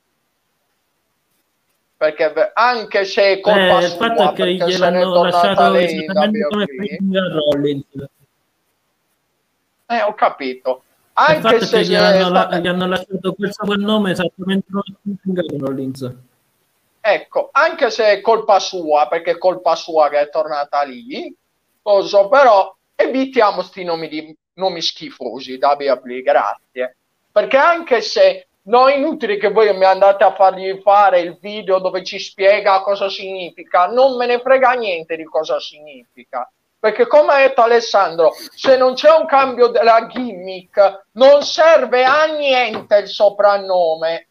Perché beh, anche se è colpa Eh, il fatto sua, è che perché se n'è gliel'hanno tornata lasciato lei in esattamente come W W E, Finger Rollins. eh, ho capito. Il Anche fatto è se che gli è hanno, la- stata... gli hanno lasciato quel soprannome esattamente come Finger Rollins. Ecco, anche se è colpa sua, perché è colpa sua che è tornata lì, lo so, però evitiamo sti nomi, di, nomi schifosi da W W E, grazie. Perché anche se non è inutile che voi mi andate a fargli fare il video dove ci spiega cosa significa, non me ne frega niente di cosa significa. Perché come ha detto Alessandro, se non c'è un cambio della gimmick, non serve a niente il soprannome.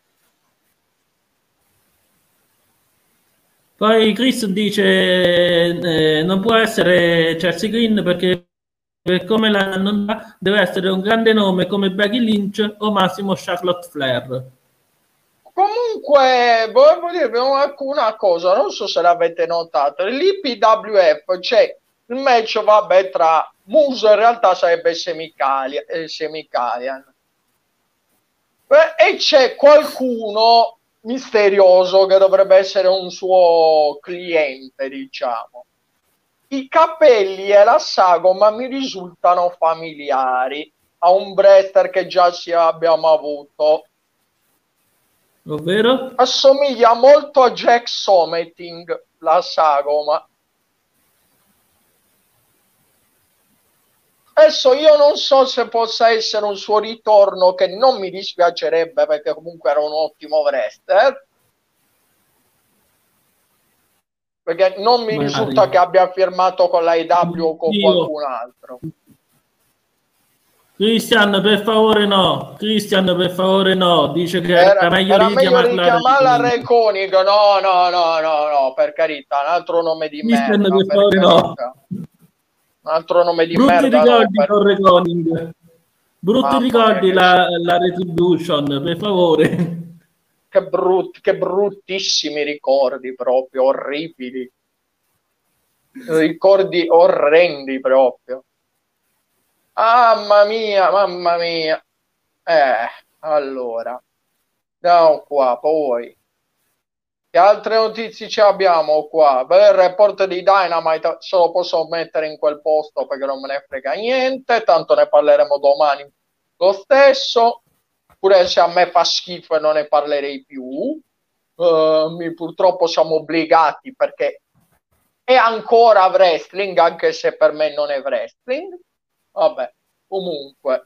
Poi Chris dice eh, non può essere Chelsea Green perché per come la non dà, deve essere un grande nome come Becky Lynch o massimo Charlotte Flair. Comunque, volevo dirvi una cosa, non so se l'avete notato, l'I P W F c'è il match, vabbè, tra Muso, in realtà sarebbe Semicalian, eh, Semicalian. Eh, e c'è qualcuno misterioso che dovrebbe essere un suo cliente, diciamo. I capelli e la sagoma mi risultano familiari a un wrestler che già ci abbiamo avuto. Ovvero? Assomiglia molto a Jack Something, la sagoma. Adesso io non so se possa essere un suo ritorno, che non mi dispiacerebbe perché comunque era un ottimo wrestler. perché non mi Magari. risulta che abbia firmato con la A E W o con Io. qualcun altro. Cristian, per favore no. Cristian, per favore no. Dice che Era, era meglio era meglio richiamarla Re Re Koenig. No, no, no, no, no, per carità, un altro nome di Cristian, merda, per per favore no. carità. Un altro nome di Brutti merda, ricordi no, per... con Re Koenig. Brutti Mamma ricordi mia, la, la Retribution, per favore. che, brut, che bruttissimi ricordi proprio, orribili. Ricordi orrendi proprio. Mamma mia, mamma mia. Eh, allora, andiamo qua, poi. Che altre notizie ci abbiamo qua? Beh, il report di Dynamite se lo posso mettere in quel posto perché non me ne frega niente, tanto ne parleremo domani lo stesso, pure se a me fa schifo e non ne parlerei più. Uh, mi, purtroppo siamo obbligati perché è ancora wrestling, anche se per me non è wrestling. Vabbè, comunque.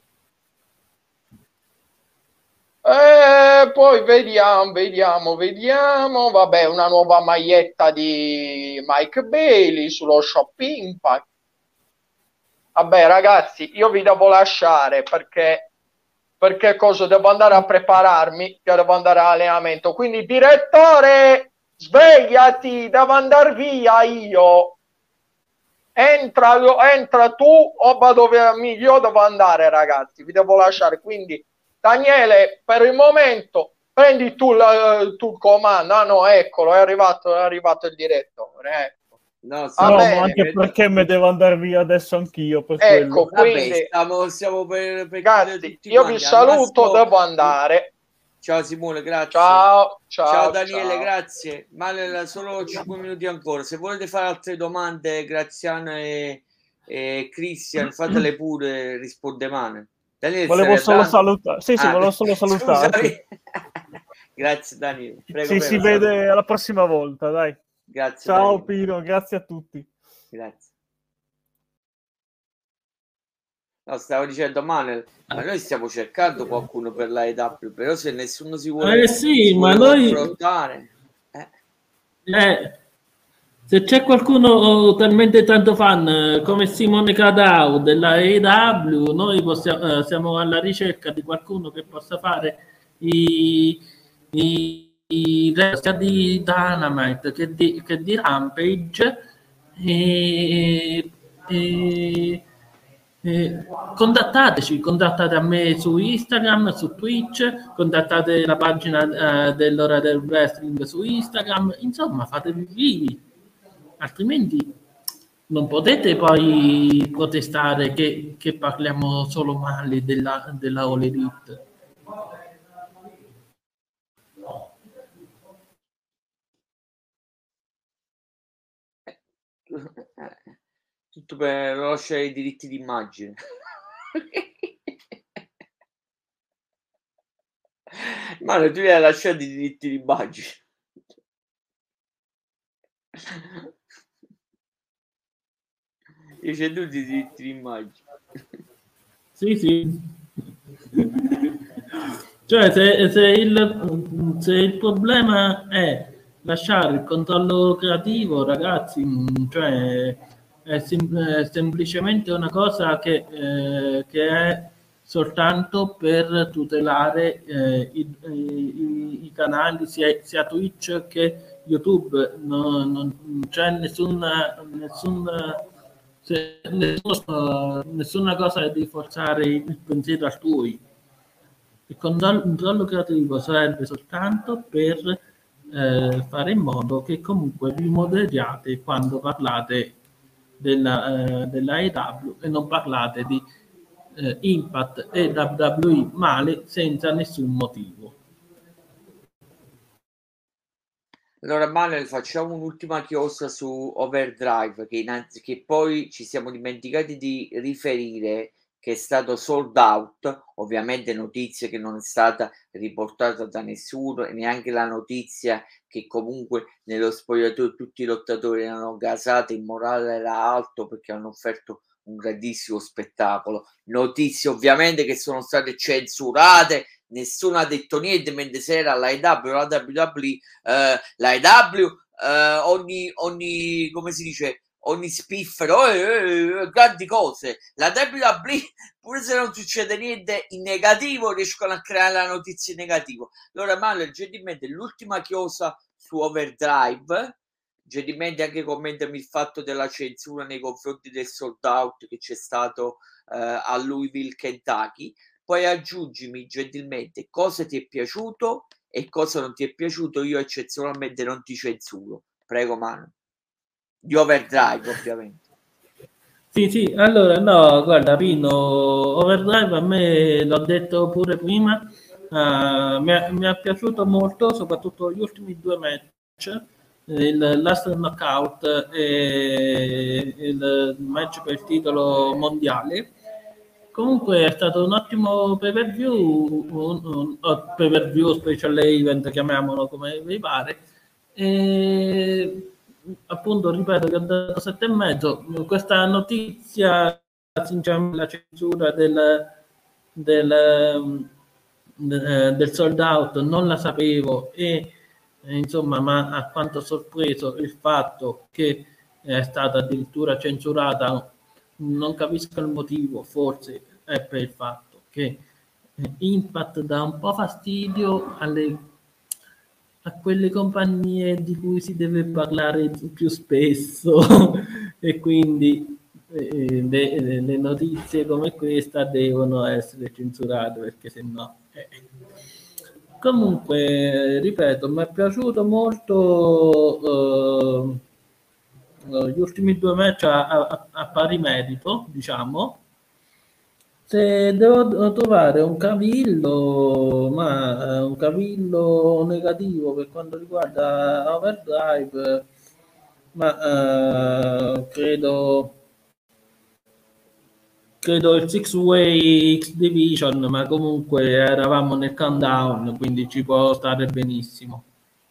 E poi vediamo, vediamo, vediamo. Vabbè, una nuova maglietta di Mike Bailey sullo Shop Impact. Vabbè, ragazzi, io vi devo lasciare perché perché cosa devo andare a prepararmi, che devo andare all'allenamento. Quindi, direttore, svegliati, devo andare via io. Entra, entra tu o vado via, io devo andare, ragazzi, vi devo lasciare. Quindi, Daniele, per il momento prendi tu, la, tu il comando. Ah no, eccolo, è arrivato, è arrivato il direttore. Ecco. No, no, ma anche perché mi devo andare via adesso anch'io. Per ecco, quello. quindi Vabbè, stiamo, stiamo per, per ragazzi, io vi saluto, Massimo, devo andare. Ciao Simone, grazie. Ciao, ciao, ciao Daniele, ciao. Grazie. Ma solo cinque minuti ancora. Se volete fare altre domande, Graziano e, e Cristian, fatele pure, risponde Mane. Daniele, volevo solo salutare. Sì, sì, ah, volevo solo salutare. Grazie Daniele. Prego, ci prego, si salve. vede alla prossima volta, dai. Grazie. Ciao Daniele. Pino, grazie a tutti. Grazie. No, stavo dicendo Manel, ma noi stiamo cercando qualcuno per la A E W, però se nessuno si vuole, eh sì, si ma vuole noi confrontare, eh. Eh, se c'è qualcuno talmente tanto fan come Simone Cadau della A E W, noi possiamo, eh, siamo alla ricerca di qualcuno che possa fare i, i, i sia di Dynamite che di, che di Rampage e, e Eh, contattateci, contattate a me su Instagram, su Twitch, contattate la pagina eh, dell'Ora del Wrestling su Instagram, insomma fatevi vivi, altrimenti non potete poi protestare che, che parliamo solo male della, della All Elite. Tutto per lasciare i diritti d'immagine. Ma tu hai lasciato i diritti d'immagine. Io c'è tutti i diritti d'immagine. Sì, sì. Cioè, se, se, il, se il problema è lasciare il controllo creativo, ragazzi, cioè è, sem- è semplicemente una cosa che, eh, che è soltanto per tutelare eh, i, i, i canali sia, sia Twitch che YouTube. Non, non c'è nessuna, nessuna, se, nessuno, nessuna cosa di forzare il pensiero altrui. Il controllo creativo serve soltanto per eh, fare in modo che comunque vi moderiate quando parlate della, eh, della A E W e non parlate di eh, Impact e W W E male senza nessun motivo. Allora Manuel, facciamo un'ultima chiosa su Overdrive che, innanzi, che poi ci siamo dimenticati di riferire che è stato sold out, ovviamente notizia che non è stata riportata da nessuno e neanche la notizia che comunque nello spogliatoio tutti i lottatori erano gasati, il morale era alto perché hanno offerto un grandissimo spettacolo. Notizie ovviamente che sono state censurate, nessuno ha detto niente, mentre se era la A E W, la W W E, eh, la A E W eh, ogni, ogni, come si dice, ogni spiffero, eh, eh, grandi cose. La W W E, pure se non succede niente in negativo, riescono a creare la notizia in negativo. Allora, Manuel, gentilmente, l'ultima chiosa su Overdrive, gentilmente anche commentami il fatto della censura nei confronti del sold out che c'è stato eh, a Louisville, Kentucky. Poi aggiungimi gentilmente cosa ti è piaciuto e cosa non ti è piaciuto. Io eccezionalmente non ti censuro. Prego, Manu. Di Overdrive, ovviamente. Sì, sì, allora no, guarda Pino, Overdrive a me, l'ho detto pure prima, uh, mi, è, mi è piaciuto molto, soprattutto gli ultimi due match, il Last Knockout e il match per il titolo mondiale. Comunque è stato un ottimo pay per view, un, un, un pay per view special event, chiamiamolo come vi pare. E appunto ripeto che ho dato sette e mezzo. Questa notizia, sinceramente, la censura del, del, del sold out non la sapevo e insomma, ma a quanto sorpreso il fatto che è stata addirittura censurata, non capisco il motivo, forse è per il fatto che Impact dà un po' fastidio alle, a quelle compagnie di cui si deve parlare più spesso e quindi eh, le, le notizie come questa devono essere censurate perché sennò eh. Comunque ripeto, mi è piaciuto molto eh, gli ultimi due match a, a, a pari merito, diciamo. Se devo trovare un cavillo, ma eh, un cavillo negativo per quanto riguarda Overdrive, ma eh, credo credo il Six Way X Division, ma comunque eravamo nel countdown, quindi ci può stare benissimo.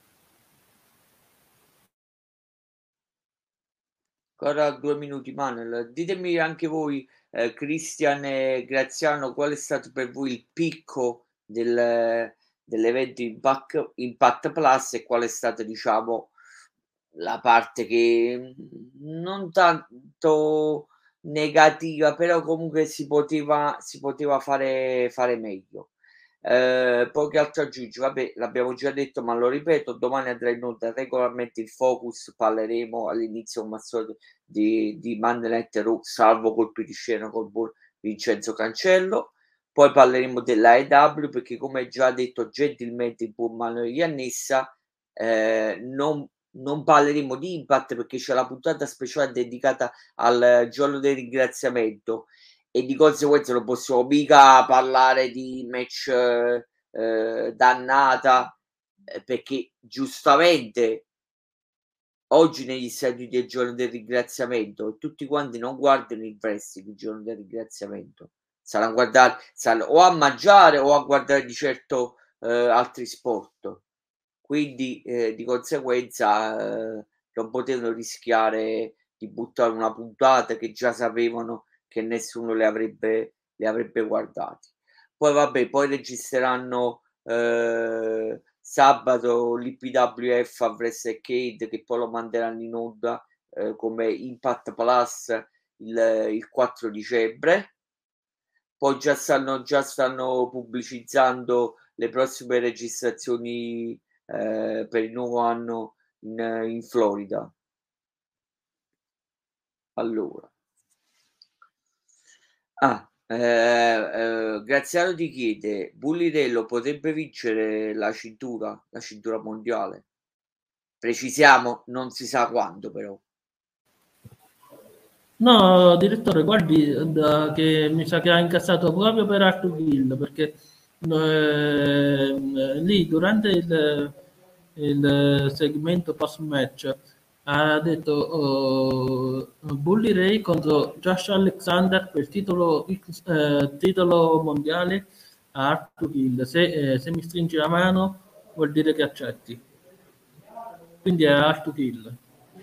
Ancora due minuti, Manuel. Ditemi anche voi, eh, Cristian e Graziano, qual è stato per voi il picco del, dell'evento Impact, Impact Plus e qual è stata, diciamo, la parte che non tanto negativa, però comunque si poteva, si poteva fare, fare meglio. Eh, poi che altro aggiungi? Vabbè, l'abbiamo già detto, ma lo ripeto, domani andrà in onda regolarmente il Focus, parleremo all'inizio come al solito di, di Monday Night Raw, salvo colpi di scena col buon Vincenzo Cancello. Poi parleremo della E W perché, come già detto gentilmente il buon Manuel Iannessa, eh, non, non parleremo di Impact perché c'è la puntata speciale dedicata al giorno del ringraziamento e di conseguenza non possiamo mica parlare di match eh, dannata eh, perché giustamente oggi negli Stati Uniti è il giorno del ringraziamento e tutti quanti non guardano il wrestling il giorno del ringraziamento, saranno guardare saranno o a mangiare o a guardare di certo eh, altri sport, quindi eh, di conseguenza eh, non potevano rischiare di buttare una puntata che già sapevano che nessuno le avrebbe le avrebbe guardati. Poi vabbè, poi registreranno eh, sabato l'I P W F a WrestleCade che poi lo manderanno in onda eh, come Impact Plus il, il quattro dicembre. Poi già stanno già stanno pubblicizzando le prossime registrazioni eh, per il nuovo anno in, in Florida. Allora, ah, eh, eh, Graziano ti chiede: Bullirello potrebbe vincere la cintura, la cintura mondiale? Precisiamo, non si sa quando, però. No, direttore, guardi da, che mi sa che ha incassato proprio per Artuville, perché eh, lì durante il, il segmento post-match ha detto oh, Bully Ray contro Josh Alexander per il titolo, eh, titolo mondiale a Artuville. Se, eh, se mi stringi la mano vuol dire che accetti. Quindi è Artuville.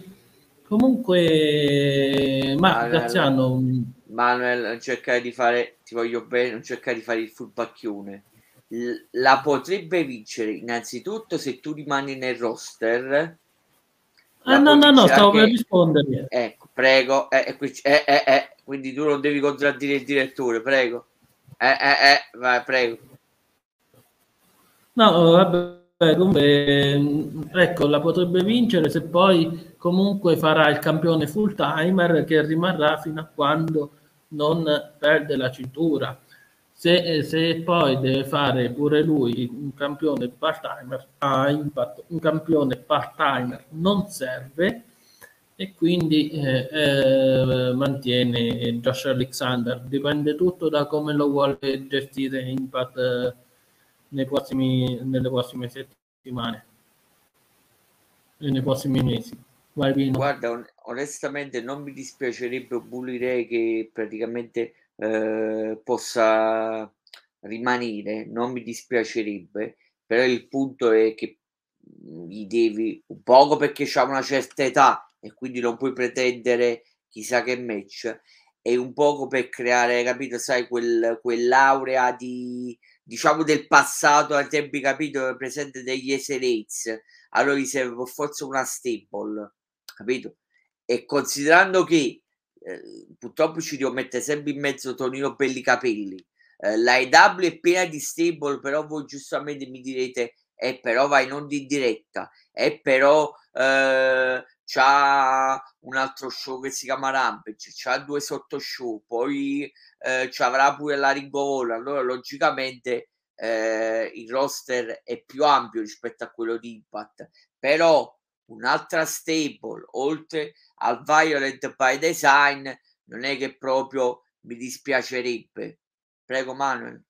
Comunque, ma Manuel, Graziano, Manuel, non cercare di fare, ti voglio bene, non cercare di fare il furbacchione. La potrebbe vincere innanzitutto se tu rimani nel roster Ah, no, no, no, stavo per rispondere. Ecco, prego. Eh, eh, eh, eh. Quindi tu non devi contraddire il direttore, prego. Eh, eh, eh, vai, prego. No, vabbè, comunque, ecco, la potrebbe vincere se poi comunque farà il campione full timer che rimarrà fino a quando non perde la cintura. Se, se poi deve fare pure lui un campione part-timer, ha Impact, un campione part-timer non serve e quindi eh, eh, mantiene Josh Alexander. Dipende tutto da come lo vuole gestire Impact eh, nei prossimi, nelle prossime settimane e nei prossimi mesi. Vai, Pino. Guarda, on- onestamente non mi dispiacerebbe Bully Ray che praticamente eh, possa rimanere, non mi dispiacerebbe, però il punto è che mh, gli devi un poco perché c'ha una certa età e quindi non puoi pretendere chissà che match, e un poco per creare, capito, sai, quel, quell'aurea di, diciamo, del passato ai tempi, capito, presente degli S L A's. Allora gli serve per forza una stable, capito? E considerando che eh, purtroppo ci devo mettere sempre in mezzo Tonino Bellicapelli, eh, la E W è piena di stable, però voi giustamente mi direte eh però vai non di diretta, eh però eh, c'ha un altro show che si chiama Rampage, c'ha due sotto show, poi eh, ci avrà pure la Ring of Honor, allora logicamente eh, il roster è più ampio rispetto a quello di Impact, però un'altra stable oltre al Violent by Design non è che proprio mi dispiacerebbe. Prego Manuel.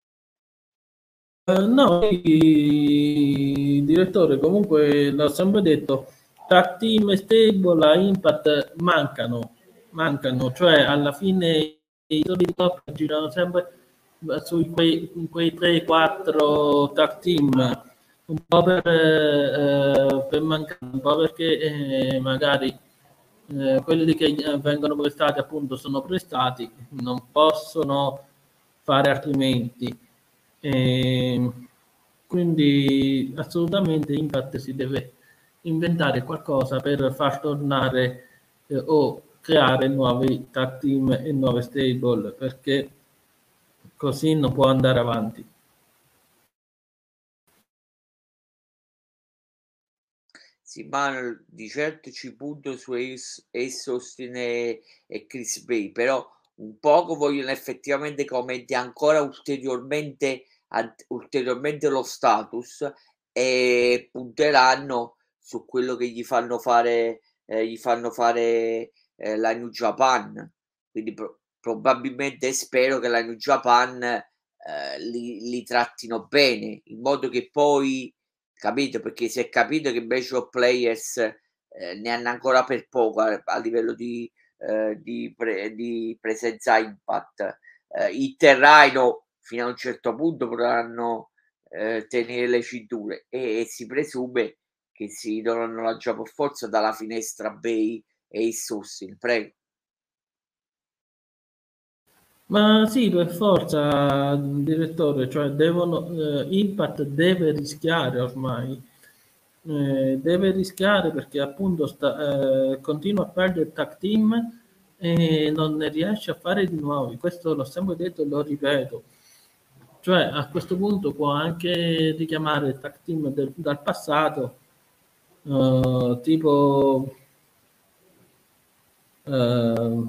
Uh, no, il direttore comunque l'ho sempre detto, tag team e stable a Impact mancano, mancano, cioè alla fine i titoli di coppia girano sempre su quei, quei tre quattro tag team, un po' per, eh, per mancare, un po' perché eh, magari eh, quelli che vengono prestati appunto sono prestati, non possono fare altrimenti. E quindi assolutamente Impact si deve inventare qualcosa per far tornare eh, o creare nuovi tag team e nuove stable, perché così non può andare avanti. Sì, ma di certo ci punto su Ace, Ace Austin e, e Chris Bay, però un poco vogliono effettivamente che aumenti ancora ulteriormente, ad, ulteriormente lo status e punteranno su quello che gli fanno fare, eh, gli fanno fare eh, la New Japan. Quindi pro- probabilmente spero che la New Japan eh, li, li trattino bene, in modo che poi, capito? Perché si è capito che Major Players eh, ne hanno ancora per poco a, a livello di, eh, di, pre, di presenza Impact. Eh, i Terraino fino a un certo punto potranno eh, tenere le cinture e, e si presume che si dovranno lanciare per forza dalla finestra Bay e il Sussin. Prego. Ma sì, per forza, direttore, cioè devono, eh, Impact deve rischiare ormai, eh, deve rischiare perché appunto sta, eh, continua a perdere il tag team e non ne riesce a fare di nuovi. Questo l'ho sempre detto e lo ripeto. Cioè a questo punto può anche richiamare il tag team del, dal passato, eh, tipo eh,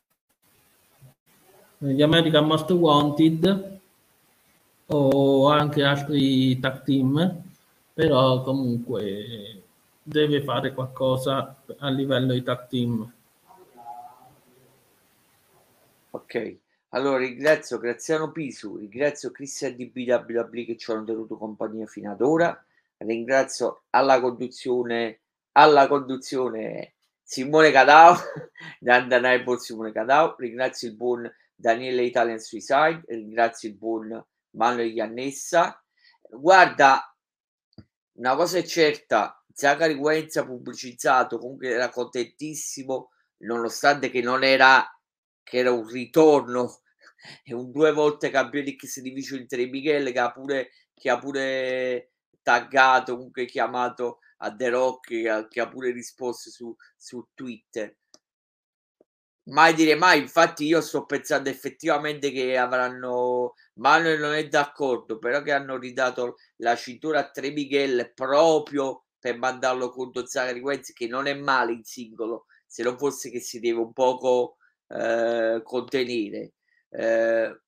gli American Most Wanted o anche altri tag team, però comunque deve fare qualcosa a livello di tag team. Ok, allora ringrazio Graziano Pisu, ringrazio Christian di B W W che ci hanno tenuto compagnia fino ad ora, ringrazio alla conduzione, alla conduzione Simone Cadao, da Undeniable Simone Cadao, ringrazio il buon Daniele Italian Suicide, ringrazio il buon Manuel Iannessa. Guarda, una cosa è certa, Zachary Wentz ha pubblicizzato, comunque era contentissimo, nonostante che non era, che era un ritorno e un due volte campione X Division Tre Michele che ha pure, che ha pure taggato, comunque chiamato a The Rock che ha, che ha pure risposto su, su Twitter. Mai dire mai, infatti io sto pensando effettivamente che avranno, Manuel non è d'accordo, però che hanno ridato la cintura a Trey Miguel proprio per mandarlo contro Zachary Wentz, che non è male in singolo, se non fosse che si deve un poco eh, contenere. Eh,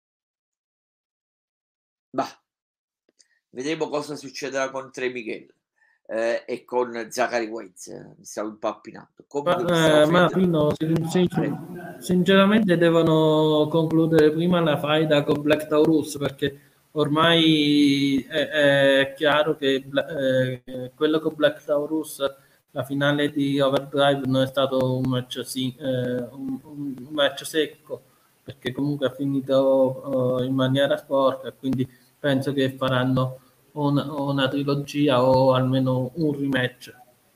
bah, vedremo cosa succederà con Trey Miguel. Eh, e con Zachary Wentz, mi stavo impappinando. Ma, Comunque mi stavo eh, ma fermando. Pino, sin- sin- sinceramente devono concludere prima la faida con Black Taurus, perché ormai è, è chiaro che Bla- eh, quello con Black Taurus, la finale di Overdrive, non è stato un match, sì, eh, un, un match secco, perché comunque ha finito eh, in maniera sporca, quindi penso che faranno un- una trilogia o almeno un rematch.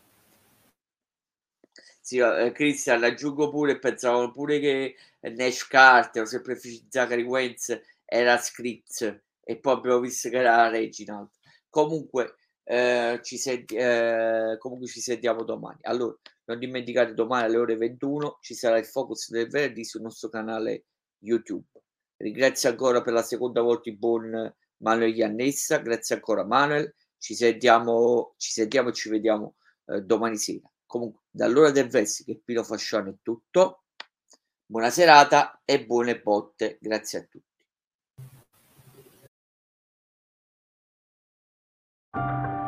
Sì, eh, Christian, aggiungo pure, pensavo pure che Nash Carter, o se preferisci Zachary Wentz, era Scripps, e poi abbiamo visto che era Reginald. Comunque, eh, ci senti- eh, comunque ci sentiamo domani. Allora, non dimenticate, domani alle ore ventuno ci sarà il focus del venerdì sul nostro canale YouTube. Ringrazio ancora per la seconda volta il buon Manuel Iannessa, grazie ancora Manuel, ci sentiamo, ci sentiamo e ci vediamo eh, domani sera. Comunque, dall'ora del wrestling che Pino Fasciano è tutto. Buona serata e buone botte. Grazie a tutti.